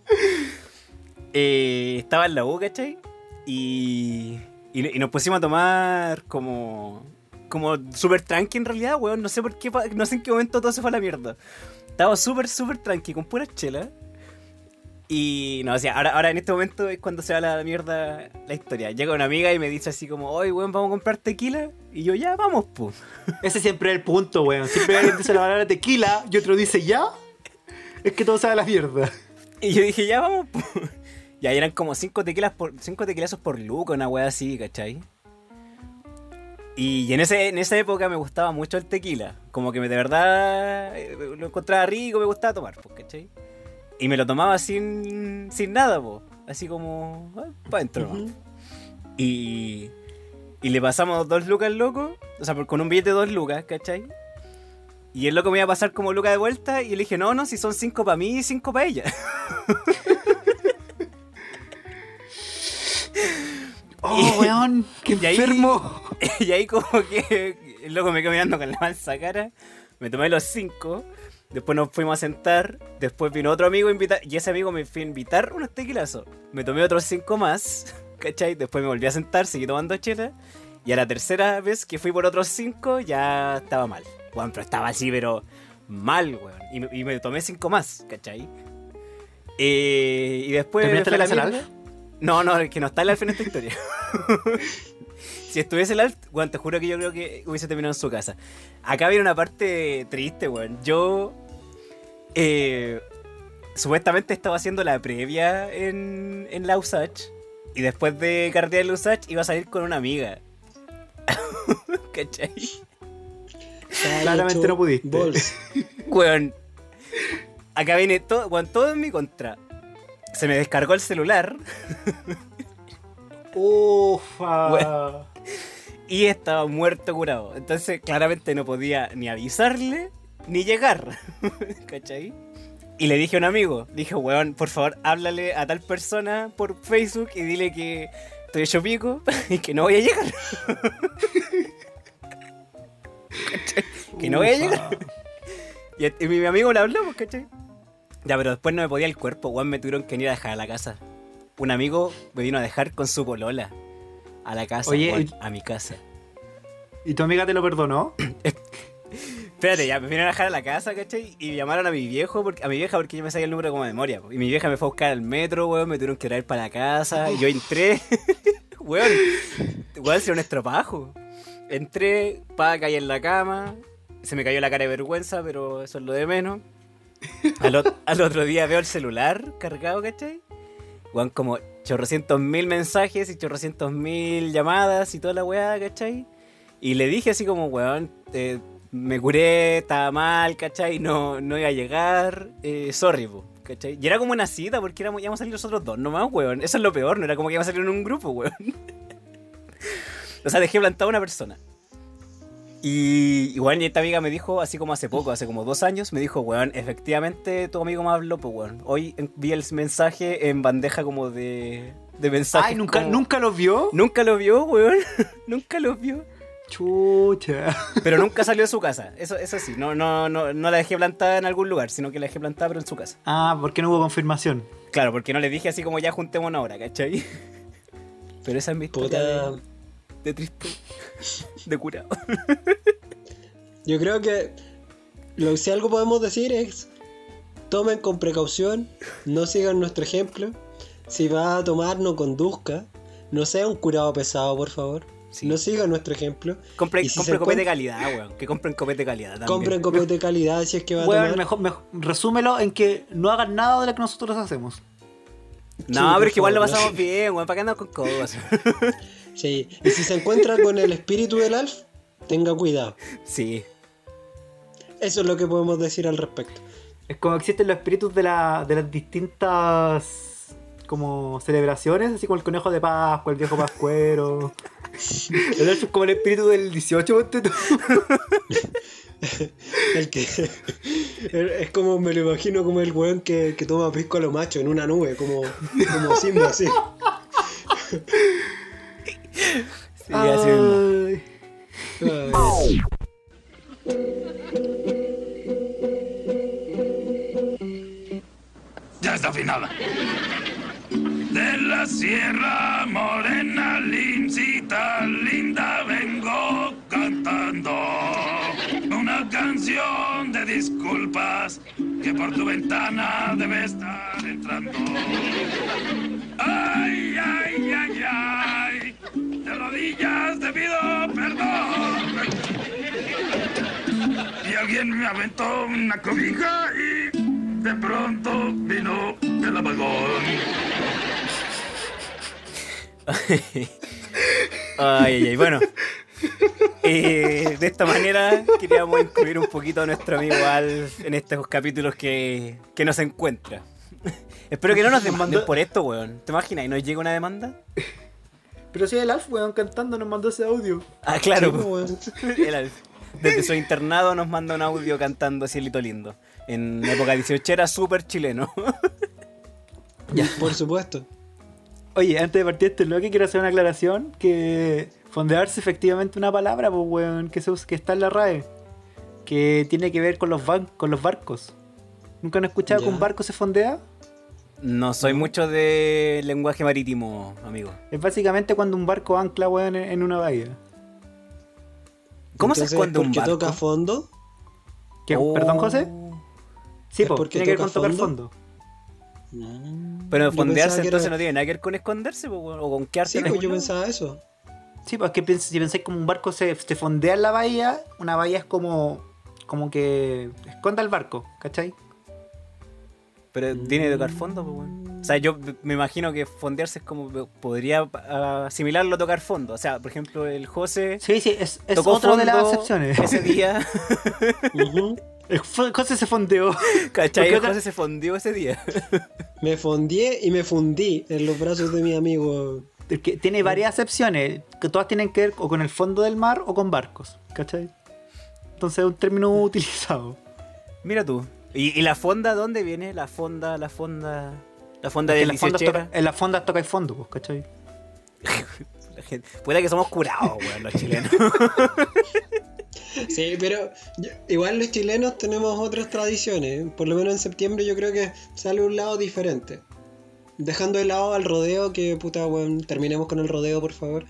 Estaba en la U, ¿cachai? Y nos pusimos a tomar como súper tranqui en realidad, weón. No sé por qué, no sé en qué momento todo se fue a la mierda. Estaba súper tranqui, con puras chelas. Y no, o sea, ahora en este momento es cuando se va a la mierda la historia. Llega una amiga y me dice así como, oye, weón, ¿vamos a comprar tequila? Y yo, ya, vamos, pues. Ese siempre es el punto, weón. Siempre alguien dice la palabra tequila y otro dice ya. Es que todo sabe a la mierda. Y yo dije, ya vamos. Y ahí eran como 5 tequilazos por luca, una wea así, ¿cachai? Y en esa época me gustaba mucho el tequila. Como que de verdad lo encontraba rico, me gustaba tomar, pues, ¿cachai? Y me lo tomaba sin nada, pues. Así como, para adentro, ¿no? Y le pasamos 2 lucas al loco, o sea, con un billete de 2 lucas, ¿cachai? Y el loco me iba a pasar como lucas de vuelta y le dije, no, si son 5 para mí y 5 para ella. Oh, weón, qué enfermo. Y ahí como que el loco me quedó mirando con la mansa cara, me tomé los 5, después nos fuimos a sentar, después vino otro amigo a invitar, y ese amigo me fue a invitar unos tequilazos. Me tomé otros 5 más, ¿cachai? Después me volví a sentar, seguí tomando chela, y a la tercera vez que fui por otros 5 ya estaba mal. Bueno, pero estaba así, pero mal, weón. Y me tomé 5 más, ¿cachai? Y después... ¿Terminaste me fue la casa mierda. Alf? No, es que no está el Alf en esta historia. Si estuviese el Alf, weón, te juro que yo creo que hubiese terminado en su casa. Acá viene una parte triste, weón. Yo... supuestamente estaba haciendo la previa en la USACH. Y después de carretear la USACH iba a salir con una amiga. ¿Cachai? Claramente no pudiste. Bols. Weón, acá viene todo, weón, todo en mi contra. Se me descargó el celular Ufa. y estaba muerto curado. Entonces claramente no podía ni avisarle ni llegar. ¿Cachai? Y le dije a un amigo, dije, weón, por favor, háblale a tal persona por Facebook y dile que estoy hecho pico y que no voy a llegar. ¿Cachai? Que no voy a llegar. Y mi amigo le habló, pues, ¿cachai? Ya, pero después no me podía el cuerpo, weón, me tuvieron que venir a dejar a la casa. Un amigo me vino a dejar con su polola a la casa, Oye, weón, a mi casa. ¿Y tu amiga te lo perdonó? Espérate, ya, me vinieron a dejar a la casa, ¿cachai? Y llamaron a mi viejo, a mi vieja, porque yo me sabía el número como de memoria. Y mi vieja me fue a buscar al metro, weón, me tuvieron que traer para la casa. Y yo entré, weón, si era un estropajo. Entré, caí en la cama, se me cayó la cara de vergüenza, pero eso es lo de menos. Al otro día veo el celular cargado, ¿cachai? Weón, como 800.000 mensajes y 800.000 llamadas y toda la weá, ¿cachai? Y le dije así como, weón, me curé, estaba mal, ¿cachai? No iba a llegar, sorry, po, ¿cachai? Y era como una cita porque íbamos a salir nosotros dos nomás, weón. Eso es lo peor, no era como que íbamos a salir en un grupo, weón. O sea, dejé plantada a una persona. Y igual esta amiga me dijo, así como hace poco, hace como 2 años, me dijo, weón, efectivamente tu amigo me habló, pues weón. Hoy vi el mensaje en bandeja como de mensajes. Ay, ¿nunca, como... ¿nunca los vio? Nunca lo vio, weón. Nunca lo vio. Chucha. Pero nunca salió de su casa. Eso sí, no la dejé plantada en algún lugar, sino que la dejé plantada pero en su casa. Ah, ¿por qué no hubo confirmación? Claro, porque no le dije así como ya juntémonos ahora, ¿cachai? Pero esa es mi historia de triste, de curado. Yo creo que si algo podemos decir es: tomen con precaución, no sigan nuestro ejemplo. Si va a tomar, no conduzca. No sea un curado pesado, por favor. Sí. No sigan nuestro ejemplo. Compren Y si copete de calidad, weón. Que compren copete de calidad también. compren copete de calidad si es que va a Bueno, tomar. mejor, resúmelo en que no hagan nada de lo que nosotros hacemos. No, Sí, por pero es que igual lo favor, pasamos no. bien, weón. ¿Para qué andamos con cosas? Sí. Y si se encuentra con el espíritu del Alf, tenga cuidado. Sí. Eso es lo que podemos decir al respecto. Es como existen los espíritus de las distintas como celebraciones, así como el conejo de Pascua, el viejo pascuero. El elfo es como el espíritu del 18, ponte tú. El que es como, me lo imagino como el weón que toma pisco a lo macho en una nube, como Simba, así. Sí, así mismo. Ay. Ay. Ya está afinada. De la Sierra Morena, lincita linda, vengo cantando una canción de disculpas que por tu ventana debe estar entrando. Ay, ay, ay, ay, de rodillas te pido perdón. Y alguien me aventó una cobija y De pronto vino el apagón. Ay, bueno. De esta manera queríamos incluir un poquito a nuestro amigo Alf en estos capítulos que nos encuentra. Espero que no nos demanden por esto, weón. ¿Te imaginas? ¿Y nos llega una demanda? Pero si el Alf, weón, cantando nos mandó ese audio. Ah, claro. Sí, weón. El Alf. Desde su internado nos manda un audio cantando Cielito Lindo. En época 18 era súper chileno. Por supuesto. Oye, antes de partir este bloque quiero hacer una aclaración que fondearse efectivamente una palabra, pues weón, que está en la RAE. Que tiene que ver con los barcos. ¿Nunca han escuchado Ya. que un barco se fondea? No soy mucho de lenguaje marítimo, amigo. Es básicamente cuando un barco ancla, weón, en una bahía. ¿Cómo se Entonces, esconde un porque barco? toca fondo. ¿Qué? Oh. ¿Perdón, José? Sí, ¿Es pues, porque tiene que ver con toca tocar fondo? fondo. Pero Yo fondearse pensaba que entonces era- no tiene nada que ver con esconderse, po, weón, o con quedarse Sí, en pues algún yo lado. pensaba eso. Sí, pues que si pensáis como un barco se fondea en la bahía, una bahía es como que esconda el barco, ¿cachai? Pero tiene que tocar fondo, pues, weón. O sea, yo me imagino que fondearse es como. Podría asimilarlo a tocar fondo. O sea, por ejemplo, el José Sí, sí, es tocó otra de las fondo excepciones. ese día. Ujú. José se fondeó. ¿Cachai? Porque El otra- José se fondió ese día. Me fondié y me fundí en los brazos de mi amigo. Que tiene varias acepciones, que todas tienen que ver o con el fondo del mar o con barcos, ¿cachai? Entonces es un término utilizado. Mira tú. ¿Y la fonda dónde viene? La fonda de Porque la 18. en las fondas toca el fondo, pues, ¿cachai? Puede que somos curados, weón, los chilenos. Sí, pero igual los chilenos tenemos otras tradiciones. Por lo menos en septiembre yo creo que sale un lado diferente. Dejando de lado al rodeo, que puta, weón, terminemos con el rodeo, por favor.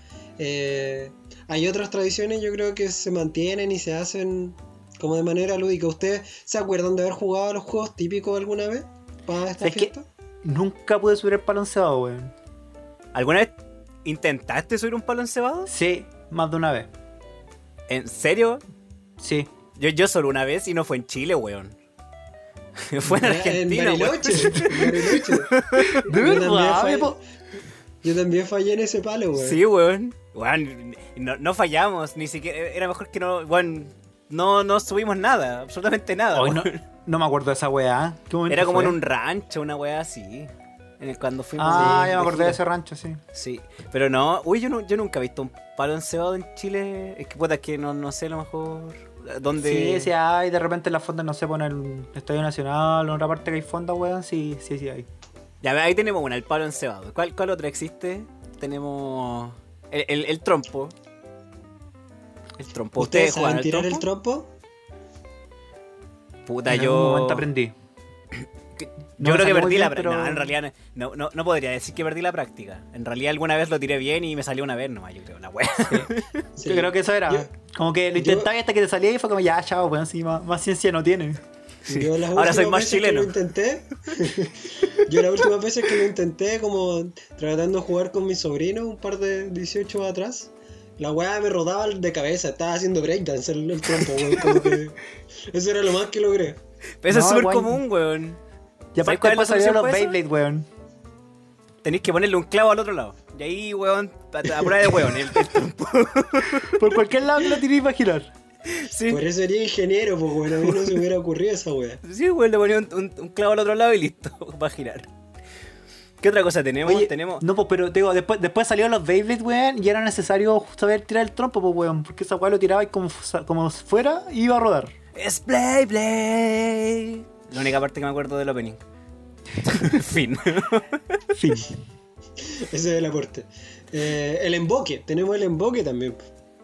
Hay otras tradiciones, yo creo que se mantienen y se hacen como de manera lúdica. ¿Ustedes se acuerdan de haber jugado a los juegos típicos alguna vez para esta ¿Sabes qué? fiesta? Nunca pude subir el palo encebado, weón. ¿Alguna vez intentaste subir un palo encebado? Sí, más de una vez. ¿En serio? Sí. Yo solo una vez y no fue en Chile, weón. Fue en Argentina, En weón. Bariloche. En Bariloche. ¿De Yo verdad? también Yo también fallé en ese palo, weón. Sí, weón. Weón, no fallamos, ni siquiera. Era mejor que no. Weón, no subimos nada, absolutamente nada. Hoy weón. no me acuerdo de esa weá. ¿Qué momento Era como fue? en un rancho, una weá así. Cuando fuimos. Ah, de ya me acordé gira. de ese rancho, sí. Sí, pero no, uy, yo nunca he visto un palo encebado en Chile. Es que puta, es que no sé a lo mejor dónde. Sí, sí hay, de repente en las fondas, no sé, pone el Estadio Nacional o en otra parte que hay fondas, weón, sí hay. Ya, ahí tenemos una, el palo encebado. ¿Cuál otra existe? Tenemos el trompo. El trompo. ¿Ustedes juegan saben al tirar el trompo? trompo? Puta, En yo. algún momento aprendí. No Yo me creo que salió muy perdí bien, la práctica. pero- No, en realidad no podría decir que perdí la práctica. En realidad alguna vez lo tiré bien y me salió una vez nomás, yo creo, la wea. Sí. Yo creo que eso era. Yo- como que lo intentaba y hasta que te salía y fue como ya, chao, weón, sí, más ciencia no tiene. Yo las Ahora soy últimas más veces que chileno. lo intenté, yo las últimas veces que lo intenté, como tratando de jugar con mi sobrino un par de 18 atrás, la weá me rodaba de cabeza, estaba haciendo breakdance el trompo, weón. Como que eso era lo más que logré. Pero eso es No, súper igual- común, weón. Y ¿Sabes aparte cuál es la después salieron los solución para eso? Beyblade, weón. Tenéis que ponerle un clavo al otro lado. Y ahí, weón, a prueba de weón, el trompo. Por cualquier lado que lo tiréis va a girar. Sí, Por eso sería ingeniero, pues bueno, a mí no se me hubiera ocurrido esa weá. sí, weón, le ponía un clavo al otro lado y listo, va a girar. ¿Qué otra cosa tenemos? Oye, Tenemos. no, pues, pero te digo, después salieron los Beyblade, weón, y era necesario saber tirar el trompo, pues, weón, porque esa weá lo tiraba y como fuera y iba a rodar. ¡Es Blade! La única parte que me acuerdo del opening. Fin. Fin. Ese es el aporte. El emboque, tenemos el emboque también.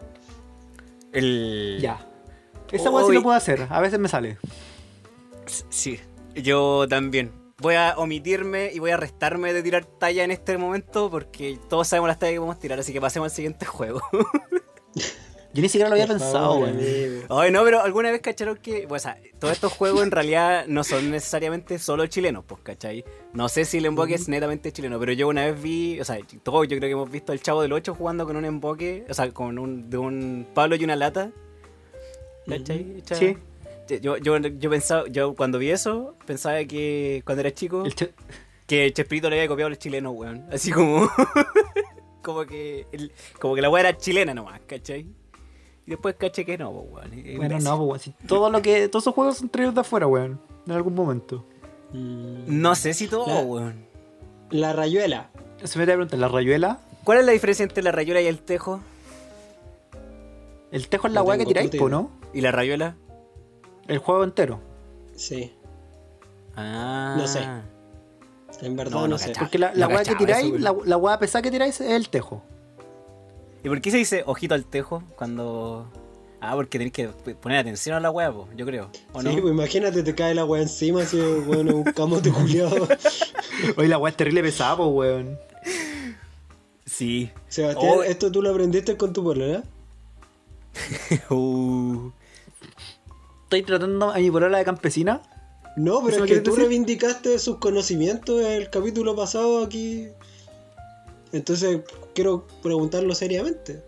Ya. Esa weá sí Uy. lo puedo hacer, a veces me sale. Sí, yo también. Voy a omitirme y voy a restarme de tirar talla en este momento porque todos sabemos las tallas que podemos tirar, así que pasemos al siguiente juego. Yo ni siquiera lo había Por pensado, favor, weón. amigo. Ay, no, pero alguna vez cacharon que, o sea, todos estos juegos en realidad no son necesariamente solo chilenos, pues, ¿cachai? No sé si el emboque es netamente chileno, pero yo una vez vi, o sea, todos yo creo que hemos visto al Chavo del 8 jugando con un emboque, o sea, de un palo y una lata, ¿cachai? Hecha- Sí. Yo pensaba, yo cuando vi eso, pensaba que cuando era chico, que Chespirito le había copiado a los chilenos, weón. Así como. como que la weá era chilena nomás, ¿cachai? Y después caché que no, weón. Bueno, no, weón. Si todos esos juegos son traídos de afuera, weón. En algún momento. No sé si todo, weón. La rayuela. Se me te pregunta, ¿la rayuela? ¿Cuál es la diferencia entre la rayuela y el tejo? El tejo es la No weá que tengo tiráis, puta po, idea. ¿no? ¿Y la rayuela? El juego entero. Sí. Ah. No sé. En verdad No, no, no sé. cachaba. Porque la No weá que cachaba tiráis, eso, la weá pesada que tiráis es el tejo. ¿Y por qué se dice ojito al tejo cuando...? Ah, porque tenés que poner atención a la weá, po, yo creo. ¿O no? Sí, pues imagínate, te cae la weá encima, así, bueno, un camote culiado. Oye, la weá es terrible pesada, po, weón. Sí. Sebastián, Oh. esto tú lo aprendiste con tu polola. Estoy tratando a mi polola de campesina. No, pero ¿Eso es que quieres tú decir? reivindicaste sus conocimientos en el capítulo pasado aquí. Entonces, quiero preguntarlo seriamente.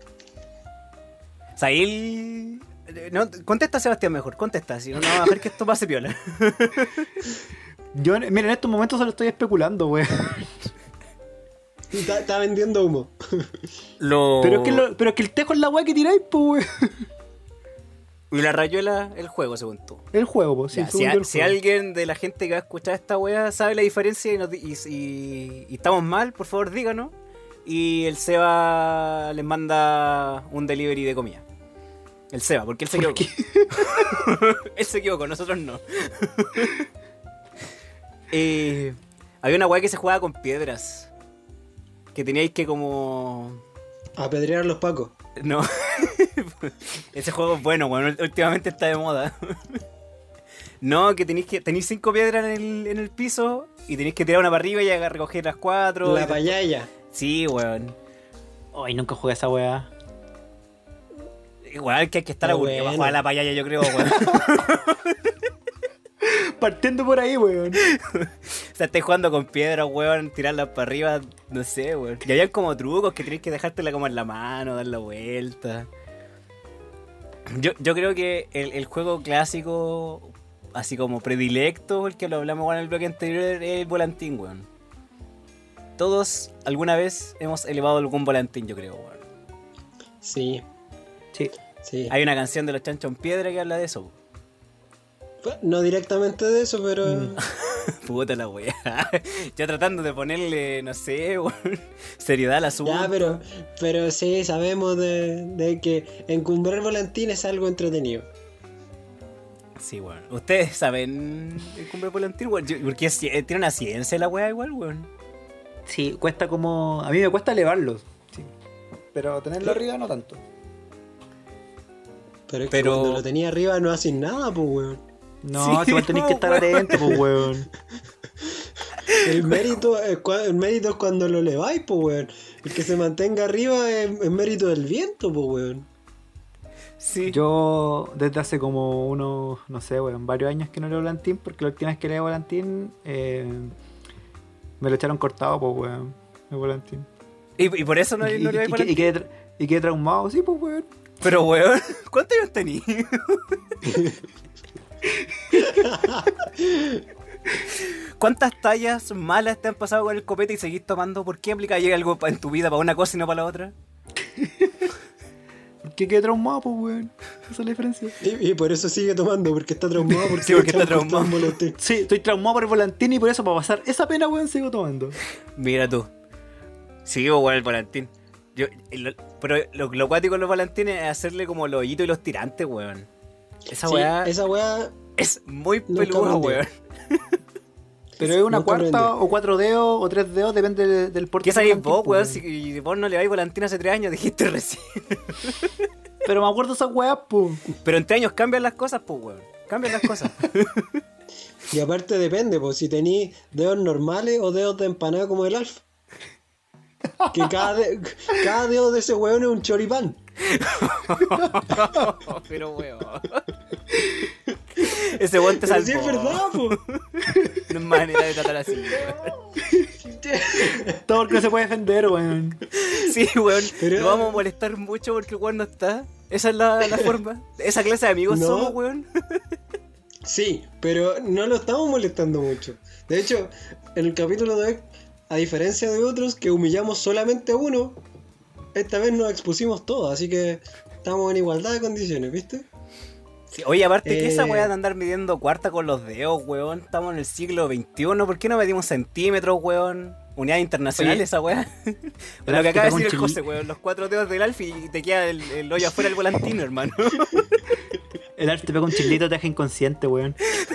Sahil... No, contesta Sebastián mejor, contesta, si no, no va a dejar que esto pase piola. Yo, mira, en estos momentos solo estoy especulando, weón. Está vendiendo humo. Pero es que el tejo es la weá que tiráis, po, weón. Y la rayuela, el juego, según tú. El juego, po, sí, Ya, según yo el si juego. alguien de la gente que va a escuchar esta wea sabe la diferencia y estamos mal, por favor díganos. Y el Seba les manda un delivery de comida. El Seba, porque él se ¿Por equivocó. Él se equivocó, nosotros no. Había una wea que se jugaba con piedras. Que teníais que como... Apedrear a los pacos. No. Ese juego es bueno, bueno, últimamente está de moda. No, que tenéis 5 piedras en el piso y tenéis que tirar una para arriba y recoger las 4. La payaya. Sí, weón. Ay, nunca jugué a esa weá. Igual que hay que estar Está aburrido para bueno. jugar a la payaya, yo creo, weón. Partiendo por ahí, weón. O sea, estáis jugando con piedras, weón, tirarlas para arriba, no sé, weón. Y había como trucos que tenéis que dejártela como en la mano, dar la vuelta. Yo creo que el juego clásico, así como predilecto, el que lo hablamos igual en el bloque anterior, es el volantín, weón. Todos alguna vez hemos elevado algún volantín, yo creo, weón. Sí, Sí. sí. Hay una canción de los Chanchos en Piedra que habla de eso. No directamente de eso, pero... Puta la weá. Yo tratando de ponerle, no sé, weón, seriedad al asunto. Ya, pero sí, sabemos de que encumbrar volantín es algo entretenido. Sí, weón. ¿Ustedes saben el cumbre volantín, weón? Porque tiene una ciencia la weá igual, weón. Sí, cuesta como... A mí me cuesta elevarlos. Sí. Pero tenerlo ¿Qué? arriba no tanto. Pero es que Pero- cuando lo tenía arriba no haces nada, pues, weón. No, Sí, si igual tenéis que estar weón. atento, pues, weón. El mérito es cuando lo leváis, pues, weón. El que se mantenga arriba es mérito del viento, pues, weón. Sí. Yo desde hace como unos, no sé, weón, varios años que no leo volantín, porque la última vez que leí volantín me lo echaron cortado, pues, weón, el volantín. Y por eso no le vais volantín. Y quedé traumado, sí, pues, weón. Pero, weón, ¿cuántos años tenías? ¿Cuántas tallas malas te han pasado con el copete y seguís tomando? ¿Por qué aplica algo en tu vida para una cosa y no para la otra? Porque quedé traumado, pues, weón. Esa es la diferencia. Y por eso sigue tomando, porque está traumado. Porque, Sí, porque le está echaron cortado traumado. un volantín. Sí, estoy traumado por el volantín y por eso, para pasar esa pena, weón, sigo tomando. Mira tú. Sigo igual el volantín. Pero lo cuático de los volantines es hacerle como los hoyitos y los tirantes, weón. Esa Sí, weá esa weá... es muy nunca peluda, aprendí. weón. Pero es una Nunca cuarta aprendí. o 4 dedos o 3 dedos, depende del porte. ¿Qué del sabéis volantín, vos, weón? pues, Si vos no le vais volantín hace 3 años, dijiste recién. Pero me acuerdo de esas weas, pues. Pero en 3 años cambian las cosas, pues, weón. Cambian las cosas. Y aparte depende, pues, si tenís dedos normales o dedos de empanada como el Alf. Que cada dedo de ese weón es un choripán. Pero, weón. Ese weón te Pero salvó. sí es verdad, pues. No es manera de tratar así, weón. Todo porque no se puede defender, weón. Sí, weón. Pero- Lo vamos a molestar mucho porque el weón no está. Esa es la forma. Esa clase de amigos No. somos, weón. Sí, pero no lo estamos molestando mucho. De hecho, en el capítulo de hoy, a diferencia de otros que humillamos solamente a uno, esta vez nos expusimos todos, así que estamos en igualdad de condiciones, ¿viste? Sí, oye, aparte que esa weá de andar midiendo cuarta con los dedos, weón. Estamos en el siglo XXI, ¿por qué no medimos centímetros, weón? Unidades internacionales, Oye, esa weá. Lo que acaba de decir el José, weón. Los 4 dedos del Alf y te queda el hoyo afuera del volantino, hermano. El Alf te pega un chilito, te deja inconsciente, weón.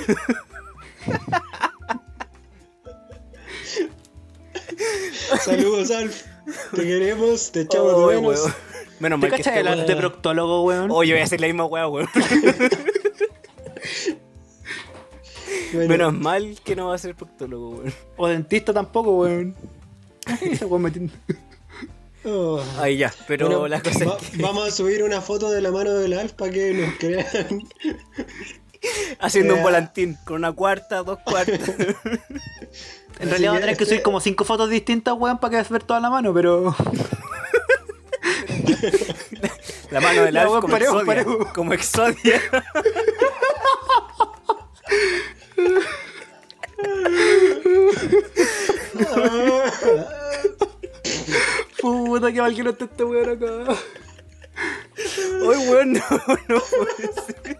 Saludos, Alf. Te queremos, te echamos de menos. weón. Menos ¿Te mal que cachas el este Alf de proctólogo, weón? Oye, voy a hacer la misma weá, weón. Bueno, Menos mal que no va a ser proctólogo, weón. O dentista tampoco, weón. Ese weón metiendo. oh. Ahí ya, pero Bueno, la cosa es que vamos a subir una foto de la mano del Alf para que nos crean. haciendo un volantín con una cuarta, 2 cuartas. En realidad va a tener que subir como 5 fotos distintas, weón, para que veas ver toda la mano, pero. La mano del Ya, Alf weón, como paremos, Exodia. paremos. Como Exodia. Puta, que mal que no esté este weón acá. Uy, weón, no puede ser.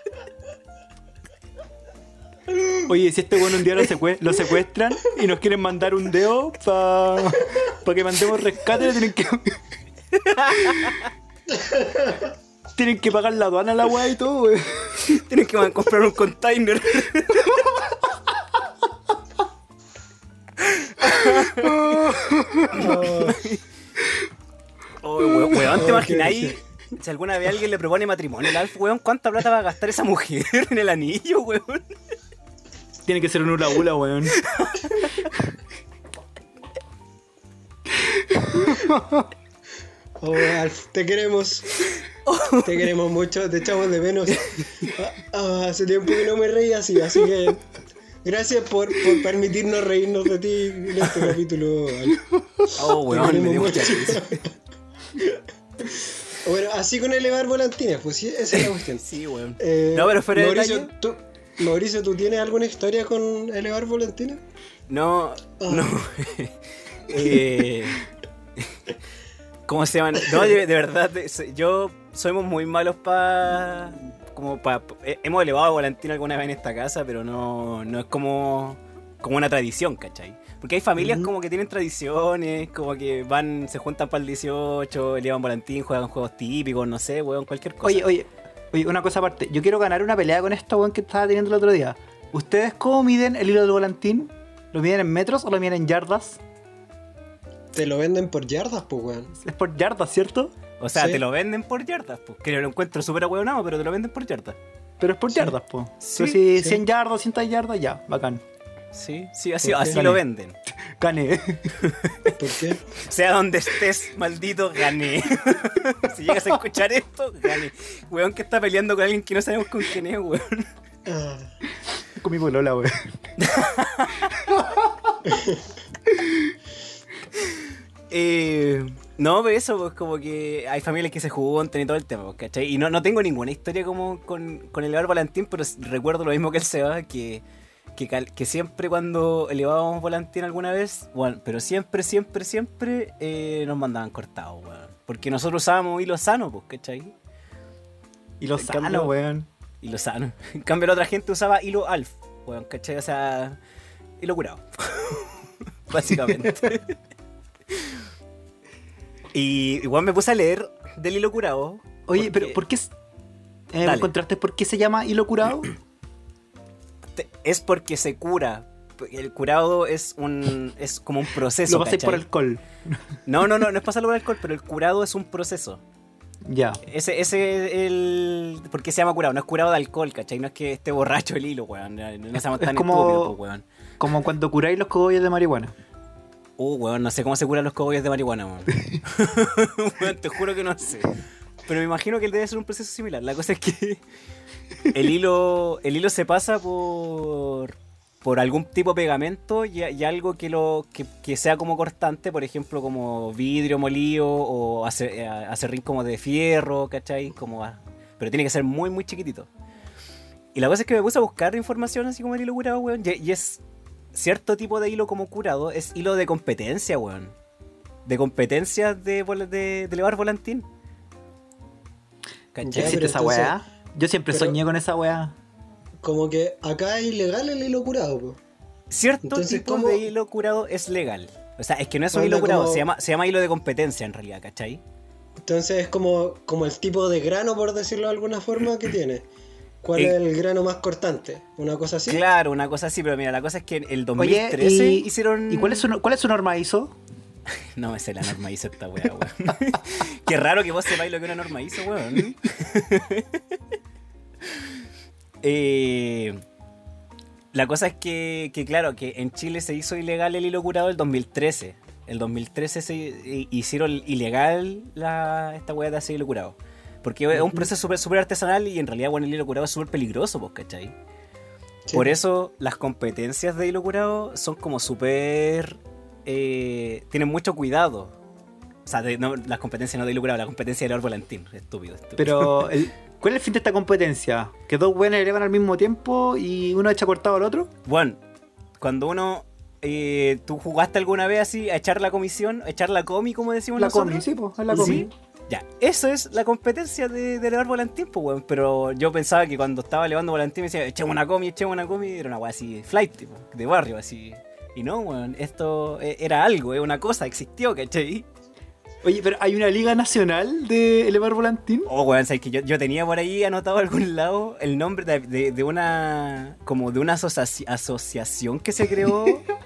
Oye, si este weón un día lo secuestran y nos quieren mandar un dedo para que mandemos rescate, le tienen que. Tienen que pagar la aduana a la weá y todo, weón. Tienen que comprar un container. Oh, weón, ¿te imagináis? Si alguna vez alguien le propone matrimonio al Alf, weón, ¿cuánta plata va a gastar esa mujer en el anillo, weón? Tiene que ser un hula hula, weón. Oh, Alf, te queremos. Te queremos mucho, te echamos de menos. Hace tiempo que no me reí así que gracias por permitirnos reírnos de ti en este capítulo, Alf. Oh, Te weón, me queremos dio mucha mucho. risa. Bueno, así con elevar volantines, pues sí, esa es la cuestión. Sí, weón. No, pero fuera de Mauricio, detalle. Mauricio, ¿tú tienes alguna historia con elevar volantines? No, no. ¿Cómo se llaman? No, de verdad, yo somos muy malos hemos elevado volantín alguna vez en esta casa, pero no es como una tradición, ¿cachai? Porque hay familias como que tienen tradiciones, como que se juntan para el 18, elevan volantín, juegan juegos típicos, no sé, weón, cualquier cosa. Oye, una cosa aparte. Yo quiero ganar una pelea con esta weón que estaba teniendo el otro día. ¿Ustedes cómo miden el hilo del volantín? ¿Lo miden en metros o lo miden en yardas? Te lo venden por yardas, pues, weón. Es por yardas, ¿cierto? O sea, Sí. te lo venden por yardas, pues. Que yo lo encuentro súper ahueonado, pero te lo venden por yardas. Pero es por yardas, po. Sí, Pero si sí. 100 yardas, 200 yardas, ya, bacán. Sí, así Gané. lo venden. Gané. ¿Por qué? Sea donde estés, maldito, gané. Si llegas a escuchar esto, gané. Weón que está peleando con alguien que no sabemos con quién es, weón. Ah, Con mi polola, weón. No, pero eso, pues como que hay familias que se juntan y todo el tema, pues, ¿cachai? Y no tengo ninguna historia como con elevar volantín, pero recuerdo lo mismo que el Seba, que siempre cuando elevábamos volantín alguna vez, bueno, pero siempre nos mandaban cortados, weón. Porque nosotros usábamos hilo sano, pues, ¿cachai? Y lo En sano, cambio- weón. Hilo sano. En cambio la otra gente usaba hilo alf, weón, ¿cachai? O sea, hilo curado. Básicamente. Y igual me puse a leer del hilo curado. Oye, porque pero ¿por qué? Dale. ¿Encontraste por qué se llama hilo curado? Es porque se cura. El curado es como un proceso. Lo pasáis por ¿cachai? alcohol. No es pasarlo por alcohol, pero el curado es un proceso. Ya. Ese es el. ¿Por qué se llama curado? No es curado de alcohol, ¿cachai? No es que esté borracho el hilo, weón. No seamos tan como- estúpidos, pues, weón. Como cuando curáis los cogollos de marihuana. Weón, no sé cómo se curan los cogollos de marihuana, weón. Weón, te juro que no sé. Pero me imagino que debe ser un proceso similar. La cosa es que el hilo se pasa por algún tipo de pegamento y algo que sea como cortante, por ejemplo, como vidrio molido o acerrín como de fierro, ¿cachai? Pero tiene que ser muy, muy chiquitito. Y la cosa es que me puse a buscar información así como el hilo curado, weón. Y es cierto tipo de hilo como curado, es hilo de competencia, weón. De competencia de elevar volantín. Ya, ¿Existe pero esa entonces- weá? Yo siempre pero- soñé con esa weá. Como que acá es ilegal el hilo curado, po. Cierto Entonces, tipo ¿cómo? de hilo curado es legal. O sea, es que no es un Onda hilo curado, como- se llama hilo de competencia en realidad, ¿cachai? Entonces es como el tipo de grano, por decirlo de alguna forma, que tiene. ¿Cuál es el grano más cortante? ¿Una cosa así? Claro, una cosa así, pero mira, la cosa es que en el Oye, 2013 hicieron... ¿y cuál es su norma ISO? No me sé la norma ISO esta weá, weón. Qué raro que vos sepáis lo que es una norma ISO, weón. La cosa es que, claro, que en Chile se hizo ilegal el hilo curado el 2013. El 2013 hicieron ilegal esta weá de hacer hilo curado. Porque es un proceso súper artesanal y en realidad, bueno, el hilo curado es súper peligroso, pues, ¿cachai? Sí. Por eso las competencias de hilo curado son como súper... tienen mucho cuidado. O sea, las competencias no de hilo curado, la competencia del volantín. Estúpido. Pero, ¿cuál es el fin de esta competencia? ¿Que dos weones elevan al mismo tiempo y uno echa cortado al otro? Bueno, cuando uno... ¿tú jugaste alguna vez así a echar la comisión? A echar la comi, como decimos La nosotros. comi, sí, pues, es la comi. ¿Sí? Ya, eso es la competencia de elevar volantín, pues, weón. Pero yo pensaba que cuando estaba elevando volantín me decía, echemos una comi, y era una weá así, flight, tipo, de barrio, así. Y no, weón, esto era algo, una cosa, existió, ¿cachai? Oye, pero ¿hay una liga nacional de elevar volantín? Oh, weón, sabes que yo tenía por ahí anotado a algún lado el nombre de una, como de una asociación que se creó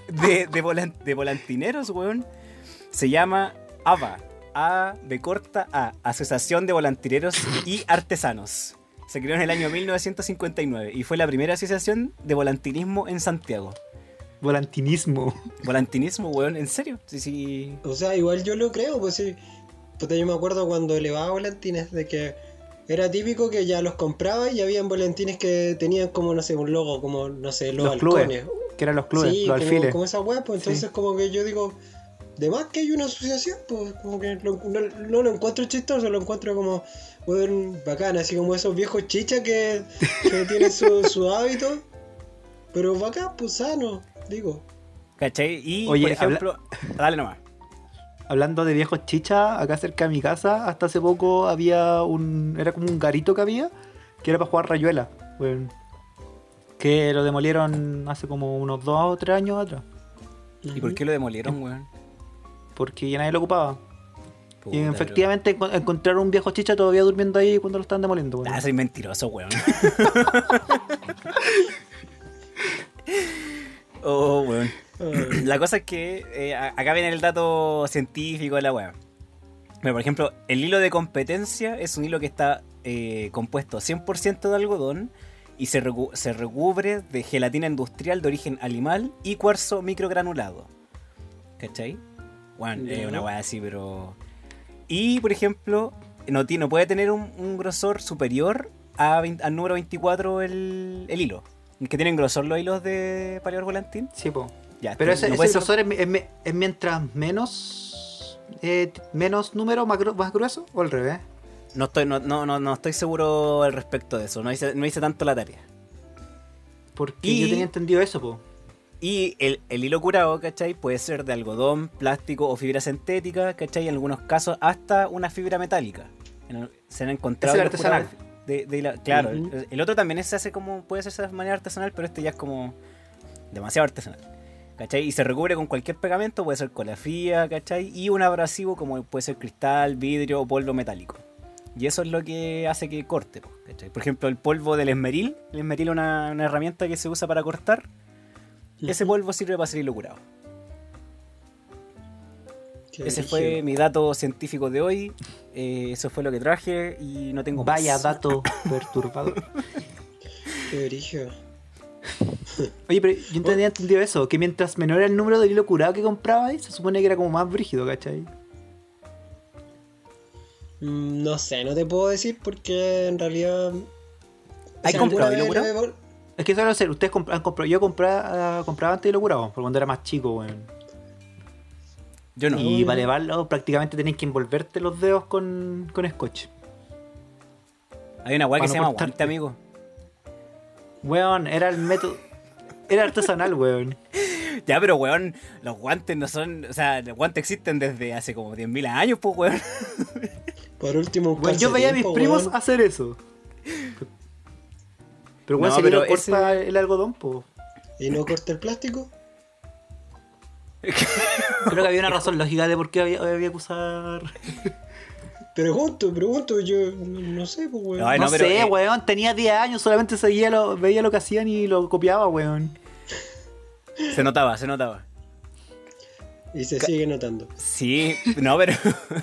de volantineros, weón. Se llama ABA. A de corta A, Asociación de Volantineros y Artesanos. Se creó en el año 1959 y fue la primera asociación de volantinismo en Santiago. Volantinismo. ¿Volantinismo, weón? ¿En serio? Sí. O sea, igual yo lo creo, pues sí. Puta, yo me acuerdo cuando elevaba volantines de que era típico que ya los compraba y habían volantines que tenían como, no sé, un logo, como, no sé, los halcones. Clubes, que eran los clubes, Sí, los alfiles. como esa weá, pues entonces Sí. como que yo digo, de más que hay una asociación, pues como que no lo encuentro chistoso, lo encuentro como, weón, bacán, así como esos viejos chichas que tienen su hábito, pero bacán, pues sano, digo. ¿Cachai? Y, Oye, por ejemplo... Dale nomás. Hablando de viejos chichas, acá cerca de mi casa, hasta hace poco había era como un garito que había, que era para jugar rayuela, weón. Que lo demolieron hace como unos 2 o 3 años atrás. ¿Y por qué lo demolieron, weón? Porque ya nadie lo ocupaba. Puta, Y pero- efectivamente encontraron un viejo chicha todavía durmiendo ahí cuando lo estaban demoliendo, weón. Ah, soy mentiroso, weón. Oh, weón. La cosa es que acá viene el dato científico de la weá. Pero, por ejemplo, el hilo de competencia es un hilo que está compuesto 100% de algodón y se recubre de gelatina industrial de origen animal y cuarzo microgranulado. ¿Cachai? Bueno, Ya. una weá así, pero... Y, por ejemplo, no puede tener un grosor superior al número 24 el hilo. Que tienen grosor los hilos de para elevar volantín. Sí, po. Ya, Pero esto ese no puede ser- grosor es mientras menos número más grueso o al revés. No estoy seguro al respecto de eso. No hice tanto la tarea. Porque Y- yo tenía entendido eso, po. Y el hilo curado, ¿cachai? Puede ser de algodón, plástico o fibra sintética, ¿cachai? En algunos casos hasta una fibra metálica. Se han encontrado Es el hilos curados artesanal. claro, Ujú. el otro también se hace como, puede hacerse de manera artesanal, pero este ya es como demasiado artesanal. ¿Cachai? Y se recubre con cualquier pegamento, puede ser cola fría, ¿cachai? Y un abrasivo como puede ser cristal, vidrio o polvo metálico. Y eso es lo que hace que corte, ¿cachai? Por ejemplo, el polvo del esmeril. El esmeril es una herramienta que se usa para cortar. Ese polvo sirve para hacer hilo curado. Qué Ese brígido. fue mi dato científico de hoy. Eso fue lo que traje y no tengo más. Vaya dato perturbador. Qué brígido. Oye, pero yo tenía entendido eso, que mientras menor era el número de hilo curado que comprabais, se supone que era como más brígido, ¿cachai? No sé, no te puedo decir porque en realidad... ¿Hay si comprado alguna hilo vez curado? le- Es que eso lo sé, ustedes han comprado, yo compraba antes hilo curado, por cuando era más chico, weón. Yo no. Y para elevarlo prácticamente tenéis que envolverte los dedos con scotch. Hay una weá que para se no llama cortarte. guante, amigo. Weón, era el método. Era artesanal, weón. Ya, pero weón, los guantes no son. O sea, los guantes existen desde hace como 10.000 años, pues weón. Por último, un Weón, yo veía a mis calcetín, primos weón. hacer eso. Pero weón, No, si pero pero corta el algodón, po. ¿Y no corta el plástico? Creo que había una razón lógica de por qué había que usar. Pregunto, yo no sé, pues, weón. Ay, No, no, pero, sé, weón, tenía 10 años, solamente veía lo que hacían y lo copiaba, weón. Se notaba. Y se sigue notando. Sí, no, pero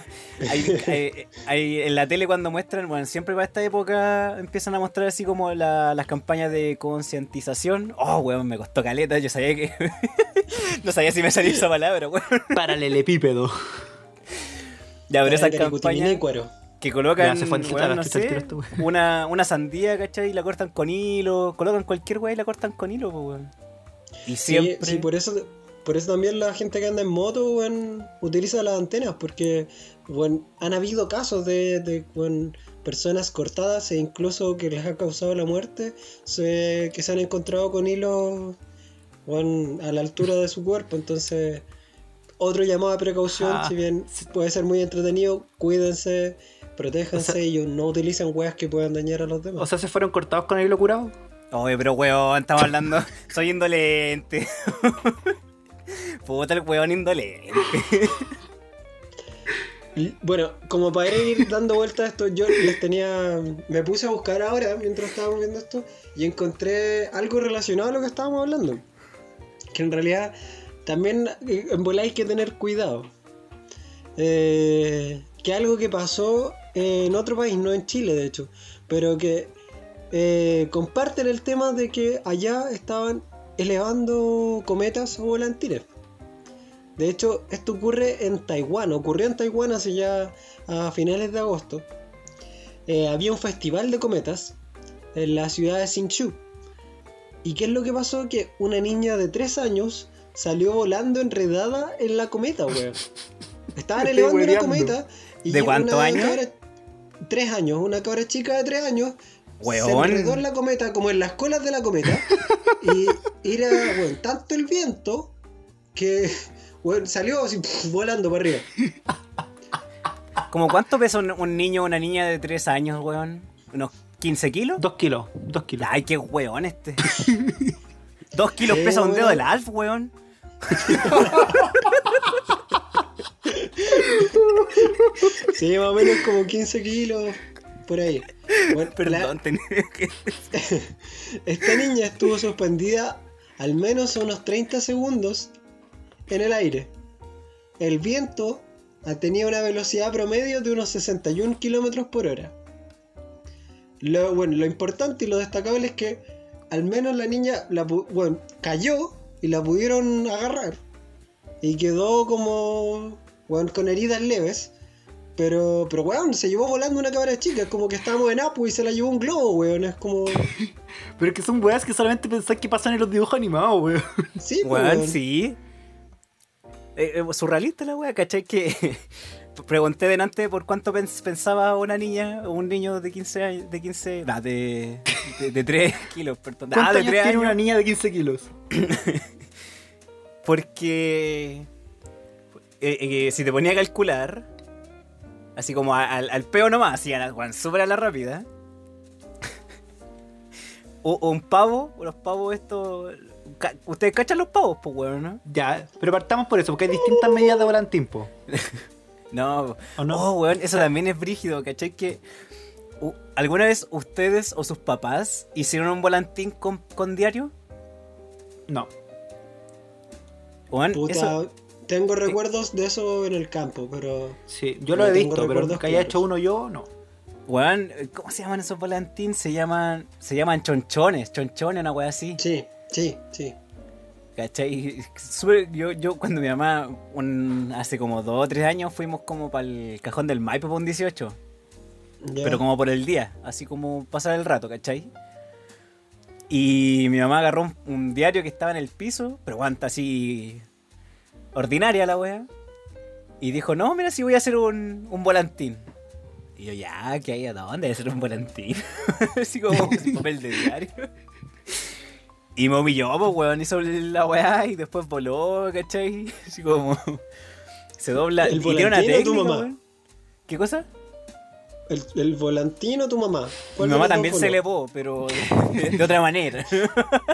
en la tele cuando muestran, bueno, siempre para esta época empiezan a mostrar así como las campañas de concientización. Oh, weón, me costó caleta, yo sabía que... no sabía si me salía esa palabra, weón. Paralelepípedo. Ya, pero esa campaña Caricutiminicuaro. que colocan, Ya, se fue al chucha, weón, la no chucha el tiro sé, este, weón. una sandía, ¿cachai? Y la cortan con hilo, colocan cualquier weón y la cortan con hilo, pues, weón. Y siempre... Sí, por eso también la gente que anda en moto, weón, utiliza las antenas, porque, weón, han habido casos de weón, personas cortadas e incluso que les ha causado la muerte, que se han encontrado con hilos, weón, a la altura de su cuerpo. Entonces, otro llamado a precaución, si bien puede ser muy entretenido, cuídense, protéjanse, O sea, y no utilicen weas que puedan dañar a los demás. O sea, se fueron cortados con el hilo curado. Oye, pero weón, estamos hablando... Soy indolente. Puta el weón indolente. Bueno, como para ir dando vueltas a esto, yo me puse a buscar ahora mientras estábamos viendo esto y encontré algo relacionado a lo que estábamos hablando, que en realidad también en volar hay que tener cuidado, que algo que pasó en otro país, no en Chile de hecho, pero que comparten el tema de que allá estaban elevando cometas o volantines. De hecho, esto ocurrió en Taiwán hace ya a finales de agosto. Había un festival de cometas en la ciudad de Hsinchu. ¿Y qué es lo que pasó? Que una niña de 3 años salió volando enredada en la cometa, weón. Estaban elevando una cometa y ¿De cuántos años? 3 años, una cabra chica de 3 años. Weón. Se enredó en la cometa, como en las colas de la cometa. Y era, weón, tanto el viento que... Bueno, salió así volando para arriba. ¿Cómo cuánto pesa un niño o una niña de 3 años, weón? ¿Unos 15 kilos? 2 kilos. Ay, qué weón este. 2 kilos Sí, pesa un dedo weón. del Alf, weón. Sí, más o menos como 15 kilos, por ahí. Bueno, Perdón, tenía que... esta niña estuvo suspendida al menos unos 30 segundos en el aire. El viento tenía una velocidad promedio de unos 61 kilómetros por hora. Lo importante y lo destacable es que al menos la niña cayó y la pudieron agarrar. Y quedó como con heridas leves. Pero se llevó volando una cabra chica. Es como que estábamos en Apu y se la llevó un globo, weón. Es como... Pero es que son weas que solamente pensás que pasan en los dibujos animados, weón. Sí, Weón, sí. Surrealista la wea, ¿cachai? Que pregunté delante por cuánto pensaba una niña o un niño de 15 años, de 3 kilos, perdón. ¿Cuántos De años 3 tiene años. una niña de 15 kilos? Porque si te ponía a calcular, así como al peo nomás, así súper a la rápida. O un pavo, los pavos estos... Ustedes cachan los pavos, pues, weón, ¿no? Ya, pero partamos por eso, porque hay distintas medidas de volantín, po. No. ¿O no? Oh, weón, eso también es brígido, ¿cachai? Que ¿alguna vez ustedes o sus papás hicieron un volantín con diario? No. Weón, Puta, eso... tengo recuerdos de eso en el campo, pero... Sí, yo lo No he tengo visto, pero recuerdos que haya claros. hecho uno yo, no. Weón, ¿cómo se llaman esos volantines? Se llaman chonchones, una weá así. Sí. ¿Cachai? Yo cuando mi mamá, hace como 2 o 3 años, fuimos como para el cajón del Maipo por un 18. Ya. Pero como por el día, así como pasar el rato, ¿cachai? Y mi mamá agarró un diario que estaba en el piso, pero aguanta así ordinaria la wea. Y dijo, no, mira, si voy a hacer un volantín. Y yo, ya, ¿qué hay? ¿A dónde debe ser un volantín? Así como un papel de diario. Y me humilló, pues, weón, hizo la weá y después voló, ¿cachai? Así como... Se dobla... ¿El y tiene una volantín o tu técnica, mamá? weón. ¿Qué cosa? ¿El volantín o tu mamá? Mi mamá también se elevó, pero de otra manera. Te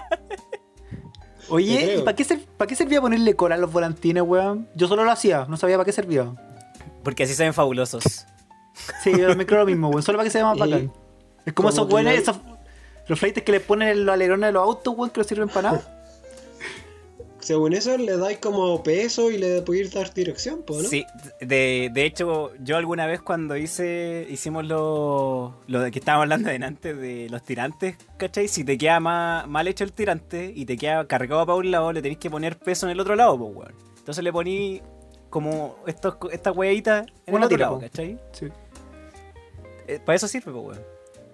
Oye, creo. ¿y para qué servía ponerle cola a los volantines, weón? Yo solo lo hacía, no sabía para qué servía. Porque así se ven fabulosos. Sí, yo me creo lo mismo, weón, solo para que se vea más Y- bacán. Es como como esos que weones, la- esos... Los flights que le ponen en los alerones de los autos, weón, que no sirven para nada. Según eso le dais como peso y le podéis dar dirección, pues, ¿no? Sí, de hecho, yo alguna vez cuando hicimos lo de que estábamos hablando antes de los tirantes, ¿cachai? Si te queda mal hecho el tirante y te queda cargado para un lado, le tenéis que poner peso en el otro lado, pues, weón. Entonces le poní como estas hueaditas en Una el otro tira, lado, po. ¿cachai? Sí. Para eso sirve, pues, weón.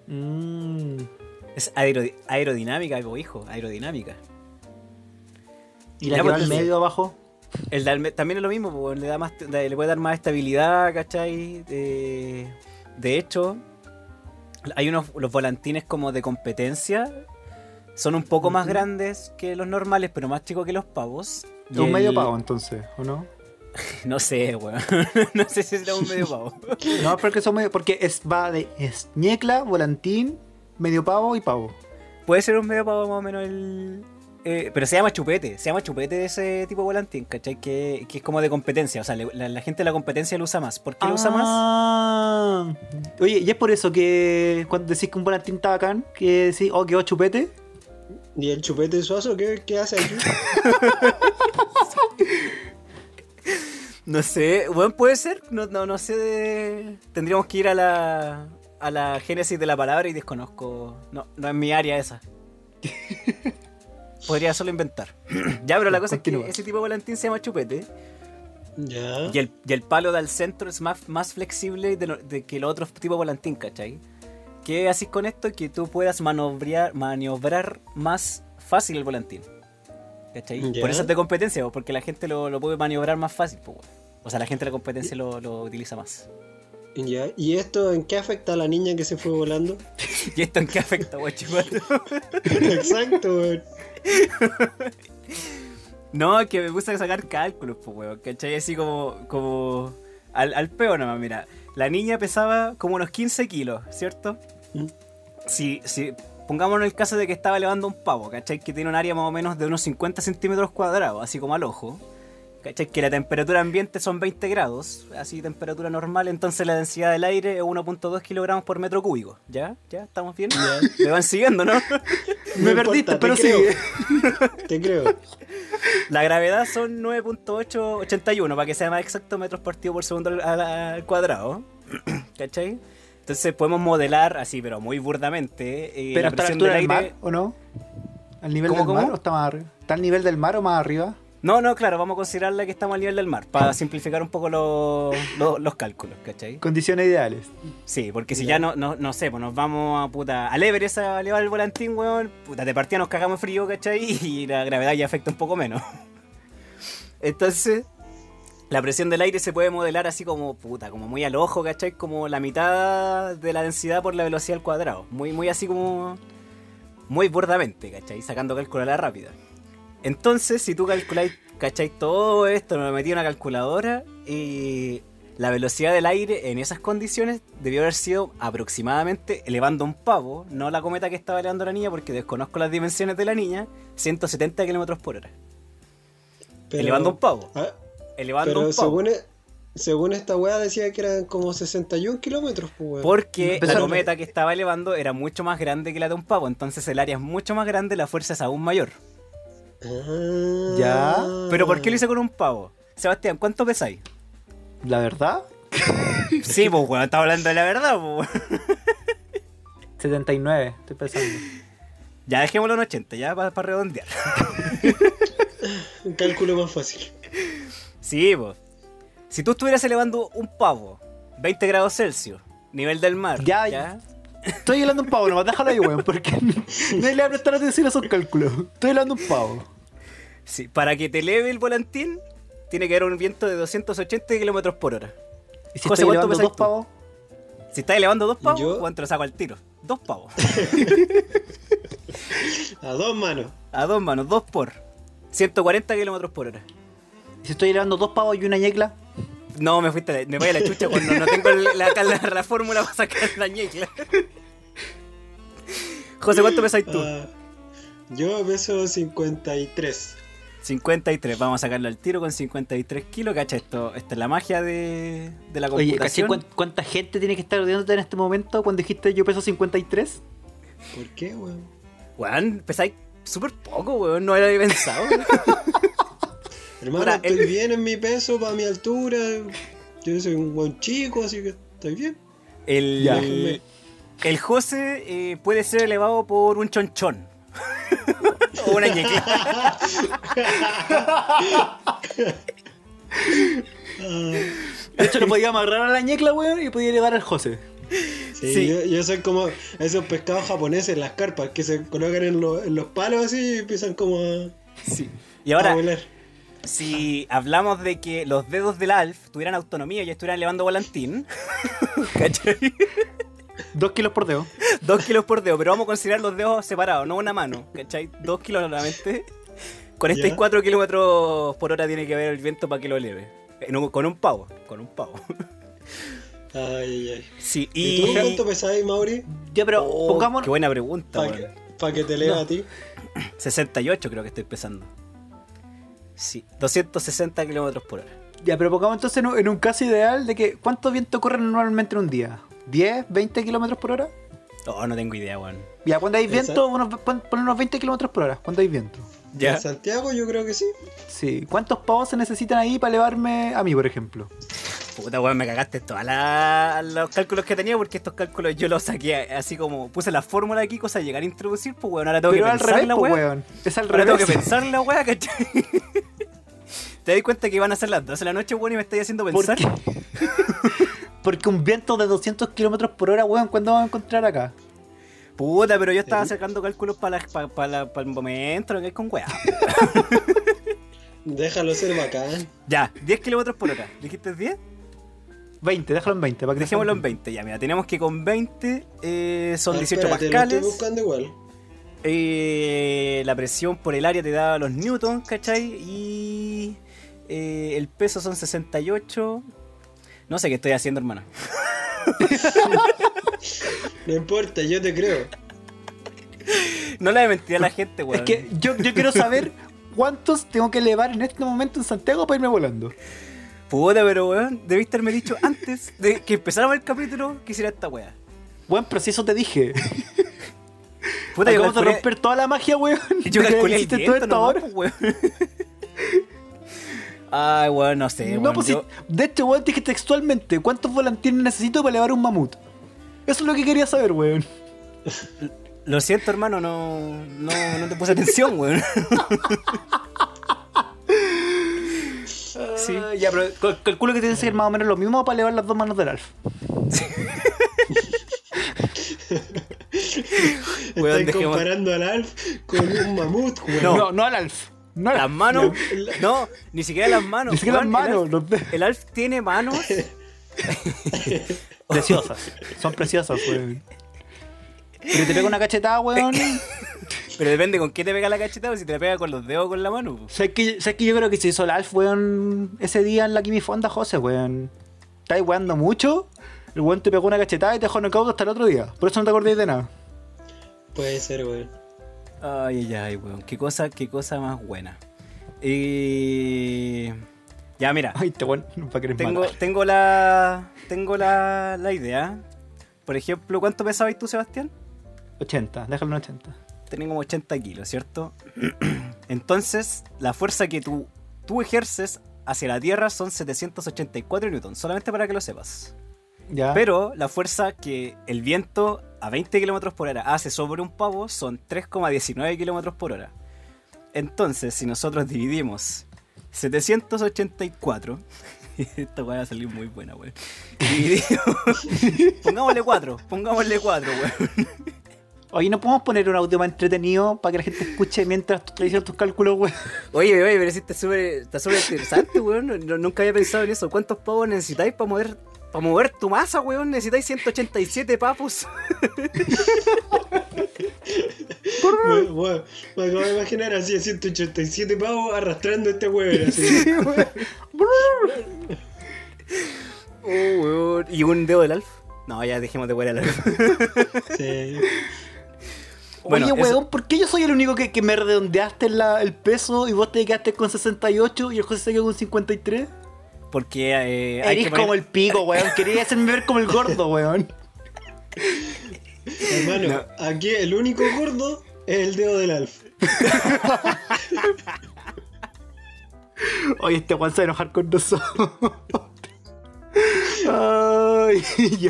Es aerodinámica, pues, hijo, aerodinámica. Y la Ya, que va pues, al medio abajo. También es lo mismo, pues, le puede dar más estabilidad, ¿cachai? De hecho, hay los volantines como de competencia. Son un poco más grandes que los normales, pero más chicos que los pavos. Es un medio pavo, entonces, ¿o no? No sé, weón. No sé si será un medio pavo. No, porque son medio... Porque va de ñecla, volantín, medio pavo y pavo. Puede ser un medio pavo más o menos pero se llama chupete ese tipo de volantín, ¿cachai? Que es como de competencia, o sea, la gente de la competencia lo usa más. ¿Por qué lo usa más? Oye, y es por eso que cuando decís que un volantín está bacán, que decís, oh, quedó chupete. ¿Y el chupete suazo qué hace aquí? No sé, bueno, puede ser, no sé, tendríamos que ir a la génesis de la palabra y desconozco, no es mi área esa. Podría solo inventar. Ya, pero la cosa Continúa. es que ese tipo de volantín se llama chupete Ya. y el palo del centro es más flexible de que los otros tipos de volantín, ¿cachai? ¿Qué haces con esto? Que tú puedas maniobrar más fácil el volantín. ¿Cachai? Ya. Por eso es de competencia, po, porque la gente lo puede maniobrar más fácil. Po, weón. O sea, la gente de la competencia lo utiliza más. Ya. ¿Y esto en qué afecta a la niña que se fue volando? ¿Y esto en qué afecta, guachipato? Exacto, weón. No, que me puse a sacar cálculos, pues, weón. ¿Cachai? Así como al peo nomás, mira. La niña pesaba como unos 15 kilos, ¿cierto? Mm. Si pongámonos el caso de que estaba elevando un pavo, ¿cachai? Que tiene un área más o menos de unos 50 centímetros cuadrados, así como al ojo. ¿Cachai? Que la temperatura ambiente son 20 grados, así temperatura normal, entonces la densidad del aire es 1.2 kilogramos por metro cúbico. ¿Ya? ¿Estamos bien? Me van siguiendo, ¿no? Me No perdiste, importa, pero te creo. sigue. Te creo. La gravedad son 9.881, para que sea más exacto, metros partido por segundo al cuadrado. ¿Cachai? Entonces podemos modelar así, pero muy burdamente. ¿Pero la está a la presión altura del del aire. mar o no? ¿Al nivel ¿Cómo, del mar cómo? o está más arriba? ¿Está al nivel del mar o más arriba? No, claro, vamos a considerarla que estamos al nivel del mar, para simplificar un poco los cálculos, ¿cachai? Condiciones ideales. Sí, porque si ya no sé, pues nos vamos a puta al Everest a elevar el volantín, weón, puta, de partida nos cagamos frío, ¿cachai? Y la gravedad ya afecta un poco menos. Entonces, la presión del aire se puede modelar así como, puta, como muy al ojo, ¿cachai? Como la mitad de la densidad por la velocidad al cuadrado. Muy así como, muy burdamente, ¿cachai? Sacando cálculo a la rápida. Entonces, si tú calculáis, ¿cachai? Todo esto, lo metí en una calculadora y la velocidad del aire en esas condiciones debió haber sido aproximadamente, elevando un pavo, no la cometa que estaba elevando la niña porque desconozco las dimensiones de la niña, 170 km por hora. Pero- Elevando un pavo. Ah, Elevando pero un pavo. según esta weá decía que eran como 61 kilómetros, pues, weón. Porque Empezó la a- cometa que estaba elevando era mucho más grande que la de un pavo, entonces el área es mucho más grande, la fuerza es aún mayor. Ah. Ya. Pero ¿por qué lo hice con un pavo? Sebastián, ¿cuánto pesáis? ¿La verdad? Sí, pues, weón, estaba hablando de la verdad, pues. 79, estoy pensando. Ya dejémoslo en 80, ya para redondear. Un cálculo más fácil. Sí, pues. Si tú estuvieras elevando un pavo, 20 grados Celsius, nivel del mar, Ya. Estoy hablando un pavo, nomás déjalo ahí, weón, porque nadie le va a prestar atención a esos cálculos. Estoy hablando un pavo. Sí, para que te eleve el volantín, tiene que haber un viento de 280 km por hora. ¿Y si José, estoy ¿cuánto elevando pesáis dos tú? pavos? Si estás elevando 2 pavos, Yo- ¿cuánto lo saco al tiro? 2 pavos. A dos manos. A 2 manos, 2 por 140 kilómetros por hora. Si estoy llevando 2 pavos y una ñecla, No, me voy a la chucha cuando no tengo la fórmula para sacar la ñecla. José, ¿cuánto pesáis tú? Yo peso 53. 53, vamos a sacarlo al tiro con 53 kilos, cacha, esta es la magia de la oye, ¿caché computación. cuánta gente tiene que estar odiándote en este momento cuando dijiste yo peso 53? ¿Por qué, weón? Weón, pesáis súper poco, weón, no lo había pensado. Hermano, Ahora, estoy bien en mi peso, para mi altura. Yo soy un buen chico, así que estoy bien. Ya. El José puede ser elevado por un chonchón. O una ñequita. De hecho, lo podía amarrar a la ñecla, weón, y podía llevar al José. Sí, Sí. Yo soy como esos pescados japoneses en las carpas que se colocan en los palos así y empiezan como a, Sí. Y a ahora, volar. si hablamos de que los dedos del Alf tuvieran autonomía y estuvieran elevando volantín, ¿cachai? 2 kilos por dedo. 2 kilos por dedo, pero vamos a considerar los dedos separados, no una mano, ¿cachai? 2 kilos solamente. 44 kilómetros por hora tiene que haber el viento para que lo eleve. Con un pavo, Ay, ay. Sí, ¿Y tú cuánto pesáis, Mauri? Ya, pero Oh, pongamos. qué buena pregunta, Para weón. que te eleve No. a ti. 68 creo que estoy pesando. Sí, 260 kilómetros por hora. Ya, pero pongamos entonces en un caso ideal de que ¿cuánto viento corre normalmente en un día? ¿10, 20 kilómetros por hora? Oh, no tengo idea, weón. Ya, cuando hay viento, Exacto. pon unos 20 kilómetros por hora. ¿Cuándo hay viento? Ya. En Santiago yo creo que sí. Sí. ¿Cuántos pavos se necesitan ahí para elevarme a mí, por ejemplo? Puta, weón, me cagaste todos los cálculos que tenía porque estos cálculos yo los saqué así como puse la fórmula aquí, cosa de llegar a introducir, pues weón, ahora tengo Pero que al pensar revés, la pues, weá. weón. Es al Ahora tengo revés. que pensar la weá, ¿cachai? ¿Te das cuenta que van a ser las 12 de la noche, weón, y me estáis haciendo ¿Por pensar? qué? Porque un viento de 200 kilómetros por hora, weón, ¿cuándo vamos a encontrar acá? Puta, pero yo estaba sacando cálculos para el momento, lo que es con weá. Déjalo ser bacán. Ya, 10 kilómetros por hora. ¿Dijiste 10? 20, déjalo en 20. Para que Dejémoslo en 20, ya, mira, tenemos que con 20 son 18 Espérate, Lo pascales. estoy buscando igual. La presión por el área te da los newtons, ¿cachai? Y el peso son 68. No sé qué estoy haciendo, hermano. No importa, yo te creo. No le voy a mentir a la gente, weón. Es que yo quiero saber cuántos tengo que elevar en este momento en Santiago para irme volando. Puta, pero weón, debiste haberme dicho antes de que empezáramos el capítulo que hiciera esta weá. Weón, pero si eso te dije. Puta, yo Acabamos de calculé, romper toda la magia, weón. yo de que calculé el hiciste viento todo esto nomás, ahora. pues, weón. Ay, weón, no sé, No, weón. pues yo- si, de hecho, weón, te dije textualmente ¿cuántos volantines necesito para elevar un mamut? Eso es lo que quería saber, weón. Lo siento, hermano, no te puse atención, weón. Sí. Ah, ya, pero calculo que tienes que ser más o menos lo mismo para elevar las dos manos del Alf. Weón, Estás dejemos- comparando al Alf con un mamut, weón. No. No al Alf. No al Las Alf. manos, no, ni siquiera las manos. Ni siquiera las weón, manos, los dedos. El Alf tiene manos. Preciosas. Son preciosas, weón. Pero te pega una cachetada, weón. Pero depende con qué te pega la cachetada, si te la pega con los dedos o con la mano. Po. ¿Sabes que yo creo que se hizo el Alf, weón, ese día en la Kimi Fonda, José, weón? Estáis weando mucho, el weón te pegó una cachetada y te dejó knockout hasta el otro día. Por eso no te acordáis de nada. Puede ser, weón. Ay, ay, ay, weón. Qué cosa más buena. Ya, mira. Ay, te weón, para querer matar. Tengo la idea. Por ejemplo, ¿cuánto pesabas tú, Sebastián? 80, déjalo en 80. Tenés como 80 kilos, ¿cierto? Entonces, la fuerza que tú ejerces hacia la Tierra son 784 newtons, solamente para que lo sepas. Ya. Pero la fuerza que el viento a 20 km por hora hace sobre un pavo son 3,19 km por hora. Entonces, si nosotros dividimos 784, esta weá va a salir muy buena, weón. Pongámosle 4, weón. Oye, ¿no podemos poner un audio más entretenido para que la gente escuche mientras tú te hicieron tus cálculos, weón? Oye, pero si está súper interesante, weón. Nunca había pensado en eso. ¿Cuántos pavos necesitáis para Para mover tu masa, weón, necesitáis 187 papus. Bueno, me acabo de imaginar así a 187 pavos arrastrando a este weón. Así. Sí, weón. Oh, weón. ¿Y un dedo del Alf? No, ya dejemos de wear al Alf. Sí. Bueno, Oye, eso- weón, ¿por qué yo soy el único que me redondeaste el peso y vos te quedaste con 68 y el José se quedó con 53? Porque hay Eres que poner- como el pico, weón. Quería hacerme ver como el gordo, weón. Hermano, aquí el único gordo es el dedo del Alf. Oye, este Juan se va a enojar con nosotros. Ay, ya.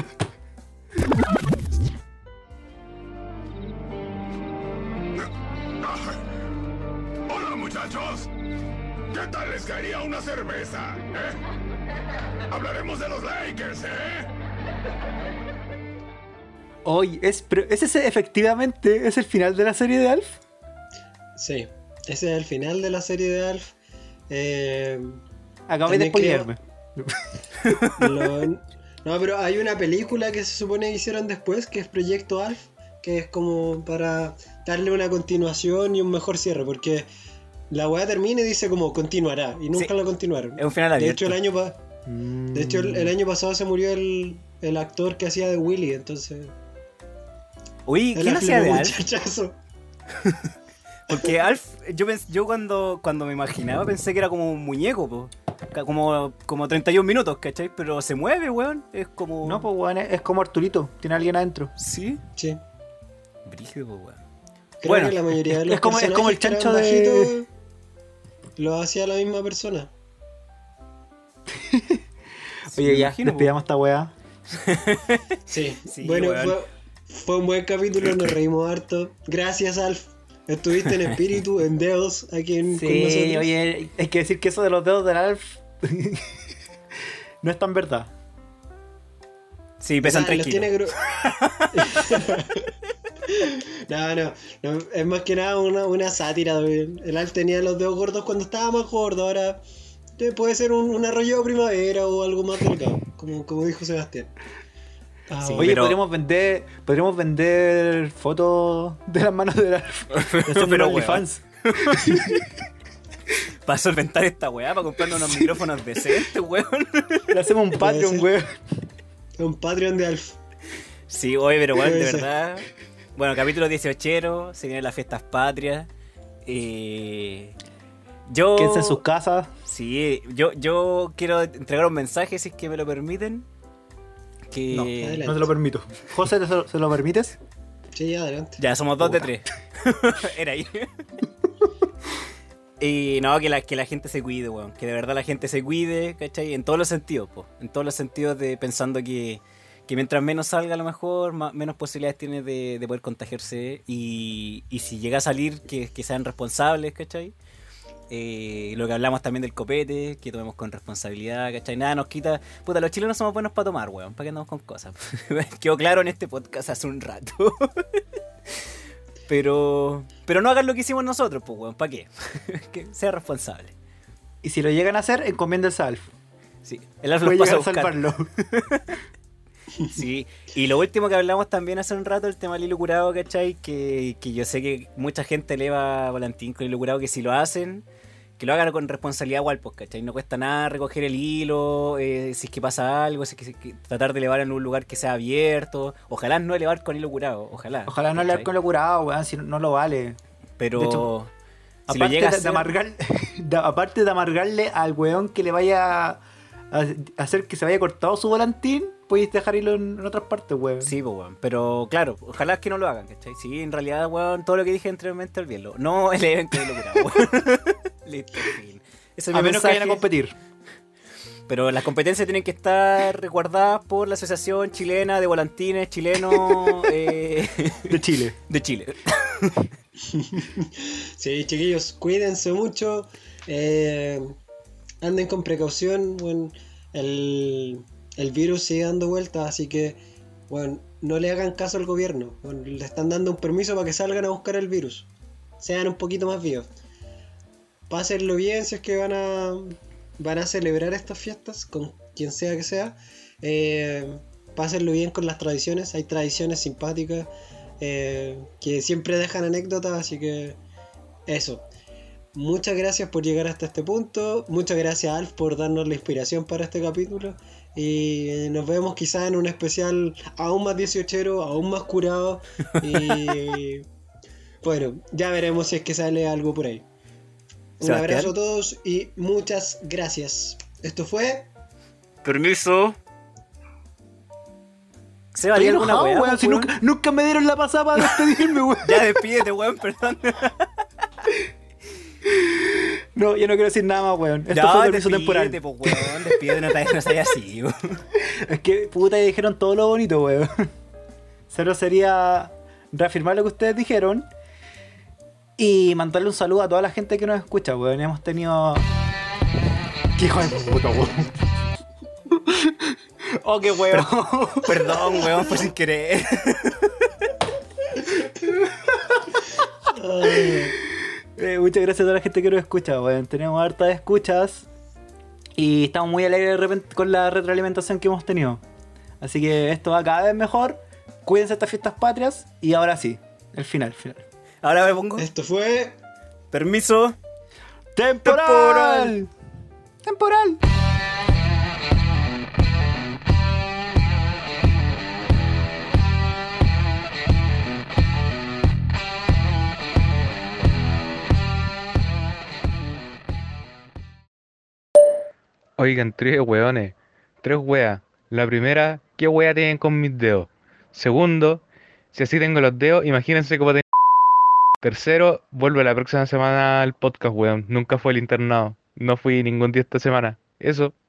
Hola, muchachos. ¿Qué tal les caería una cerveza? Hablaremos de los Lakers, Oye, ¿ese efectivamente es el final de la serie de Alf? Sí, ese es el final de la serie de Alf. Acabé de También spoilearme. No, pero hay una película que se supone que hicieron después, que es Proyecto Alf, que es como para darle una continuación y un mejor cierre, porque la weá termina y dice como continuará, y nunca Sí. la continuaron. Es un final De abierto. hecho, el año pasado se murió el actor que hacía de Willy, entonces... Uy, el ¿quién Alf hacía le de pegó un Alf? chachazo. Porque Alf, yo cuando me imaginaba pensé que era como un muñeco, po. Como 31 minutos, ¿cachai? Pero se mueve, weón. Es como... No, pues weón, es como Arturito. Tiene a alguien adentro. Sí, Sí. brígido, po, weón. Creo Bueno, que la mayoría de los es como el personajes que eran chancho de- bajitos lo hacía la misma persona. Oye, me ya, imagino, po. despidamos esta weá. Sí, Sí, bueno, weón. fue un buen capítulo, nos reímos harto. Gracias, Alf. Estuviste en espíritu, en dedos, aquí con Sí, nosotros. oye, hay que decir que eso de los dedos del Alf no es tan verdad. Sí, O pesan sea, los 3 tiene kilos. no, es más que nada una sátira. Weón. El Alf tenía los dedos gordos cuando estaba más gordo, ahora puede ser un arroyo de primavera o algo más delgado, como dijo Sebastián. Ah, Sí, bueno. Oye, pero- podríamos vender fotos de las manos del Alf. Pero, Pero weón. OnlyFans. Para solventar esta weá, para comprarnos unos micrófonos decentes, weón. Le hacemos un Patreon, ser. weón. Un Patreon de Alf. Sí, oye, pero weón, de Puede ser. verdad. Bueno, capítulo 18, se vienen las fiestas patrias. Yo... Quédense en sus casas. Sí, yo quiero entregar un mensaje, si es que me lo permiten. Que... No, adelante. no te lo permito. José, ¿se lo permites? Sí, adelante. Ya, somos 2 de Puta. 3. Era ahí. Y no, que la gente se cuide, weón. Que de verdad la gente se cuide, ¿cachai? En todos los sentidos, po. En todos los sentidos de pensando que mientras menos salga a lo mejor, menos posibilidades tiene de poder contagiarse. Y si llega a salir, que sean responsables, ¿cachai? Lo que hablamos también del copete, que tomemos con responsabilidad, ¿cachai? Nada nos quita... Puta, los chilenos somos buenos para tomar, weón. ¿Para qué andamos con cosas? Quedó claro en este podcast hace un rato. Pero no hagan lo que hicimos nosotros, pues, weón. ¿Para qué? Que sea responsable. Y si lo llegan a hacer, encomiéndense a Alf. Sí, el Alf los Puede pasa a llegar a buscar. salvarlo. Sí, y lo último que hablamos también hace un rato, el tema del hilo curado, ¿cachai? Que yo sé que mucha gente eleva a Volantín con el hilo curado, que si lo hacen, que lo hagan con responsabilidad igual, pues, ¿cachai? No cuesta nada recoger el hilo, si es que pasa algo, si es que tratar de elevar en un lugar que sea abierto. Ojalá no elevar con hilo curado, ojalá. Ojalá no le ¿cachai? hagan con lo curado, weón, si no lo vale. Pero de hecho, si lo Aparte llega a de hacer- aparte de amargarle al weón que le vaya a hacer que se vaya cortado su volantín, podéis dejar hilo en otras partes, weón. Sí, pues, weón. Pero claro, ojalá que no lo hagan, ¿cachai? Sí, en realidad, weón, todo lo que dije anteriormente, olvídenlo. No eleven con hilo curado, weón. Listo, fin. Ese es mi A menos que vayan a mensaje. competir. Pero las competencias tienen que estar resguardadas por la Asociación Chilena de Volantines Chilenos De Chile. de Chile. Sí, chiquillos, cuídense mucho. Anden con precaución. Bueno, el virus sigue dando vueltas, así que bueno, no le hagan caso al gobierno. Bueno, le están dando un permiso para que salgan a buscar el virus. Sean un poquito más vivos. Pásenlo bien si es que van a celebrar estas fiestas con quien sea que sea. Pásenlo bien con las tradiciones. Hay tradiciones simpáticas que siempre dejan anécdotas, así que eso. Muchas gracias por llegar hasta este punto. Muchas gracias, Alf, por darnos la inspiración para este capítulo. Y nos vemos quizás en un especial aún más 18ero, aún más curado. Y bueno, ya veremos si es que sale algo por ahí. Un Sebastián. abrazo a todos y muchas gracias. Esto fue... Permiso. ¿Se va a Estoy alguna enojado, weá, weón. Si weón? nunca me dieron la pasada para despedirme, weón. Ya despídete, weón, perdón. No, yo no quiero decir nada más, weón. Esto Ya, fue permiso temporal. despídete, po, weón, despídete, no seas así, weón. Es que, puta, dijeron todo lo bonito, weón. Solo sería reafirmar lo que ustedes dijeron y mandarle un saludo a toda la gente que nos escucha, weón. Hemos tenido... ¡Qué hijo de puta, weón! ¡Oh, qué weón! Perdón, weón, fue sin querer. Muchas gracias a toda la gente que nos escucha, weón. Tenemos hartas escuchas y estamos muy alegres de repente con la retroalimentación que hemos tenido. Así que esto va cada vez mejor. Cuídense estas fiestas patrias y ahora sí, el final. Ahora me pongo. Esto fue... Permiso. ¡Temporal! ¡Temporal! Oigan, 3 weones. 3 weas. La primera, ¿qué wea tienen con mis dedos? Segundo, si así tengo los dedos, imagínense cómo tengo. Tercero, vuelve la próxima semana al podcast, weón. Nunca fue el internado. No fui ningún día esta semana. Eso.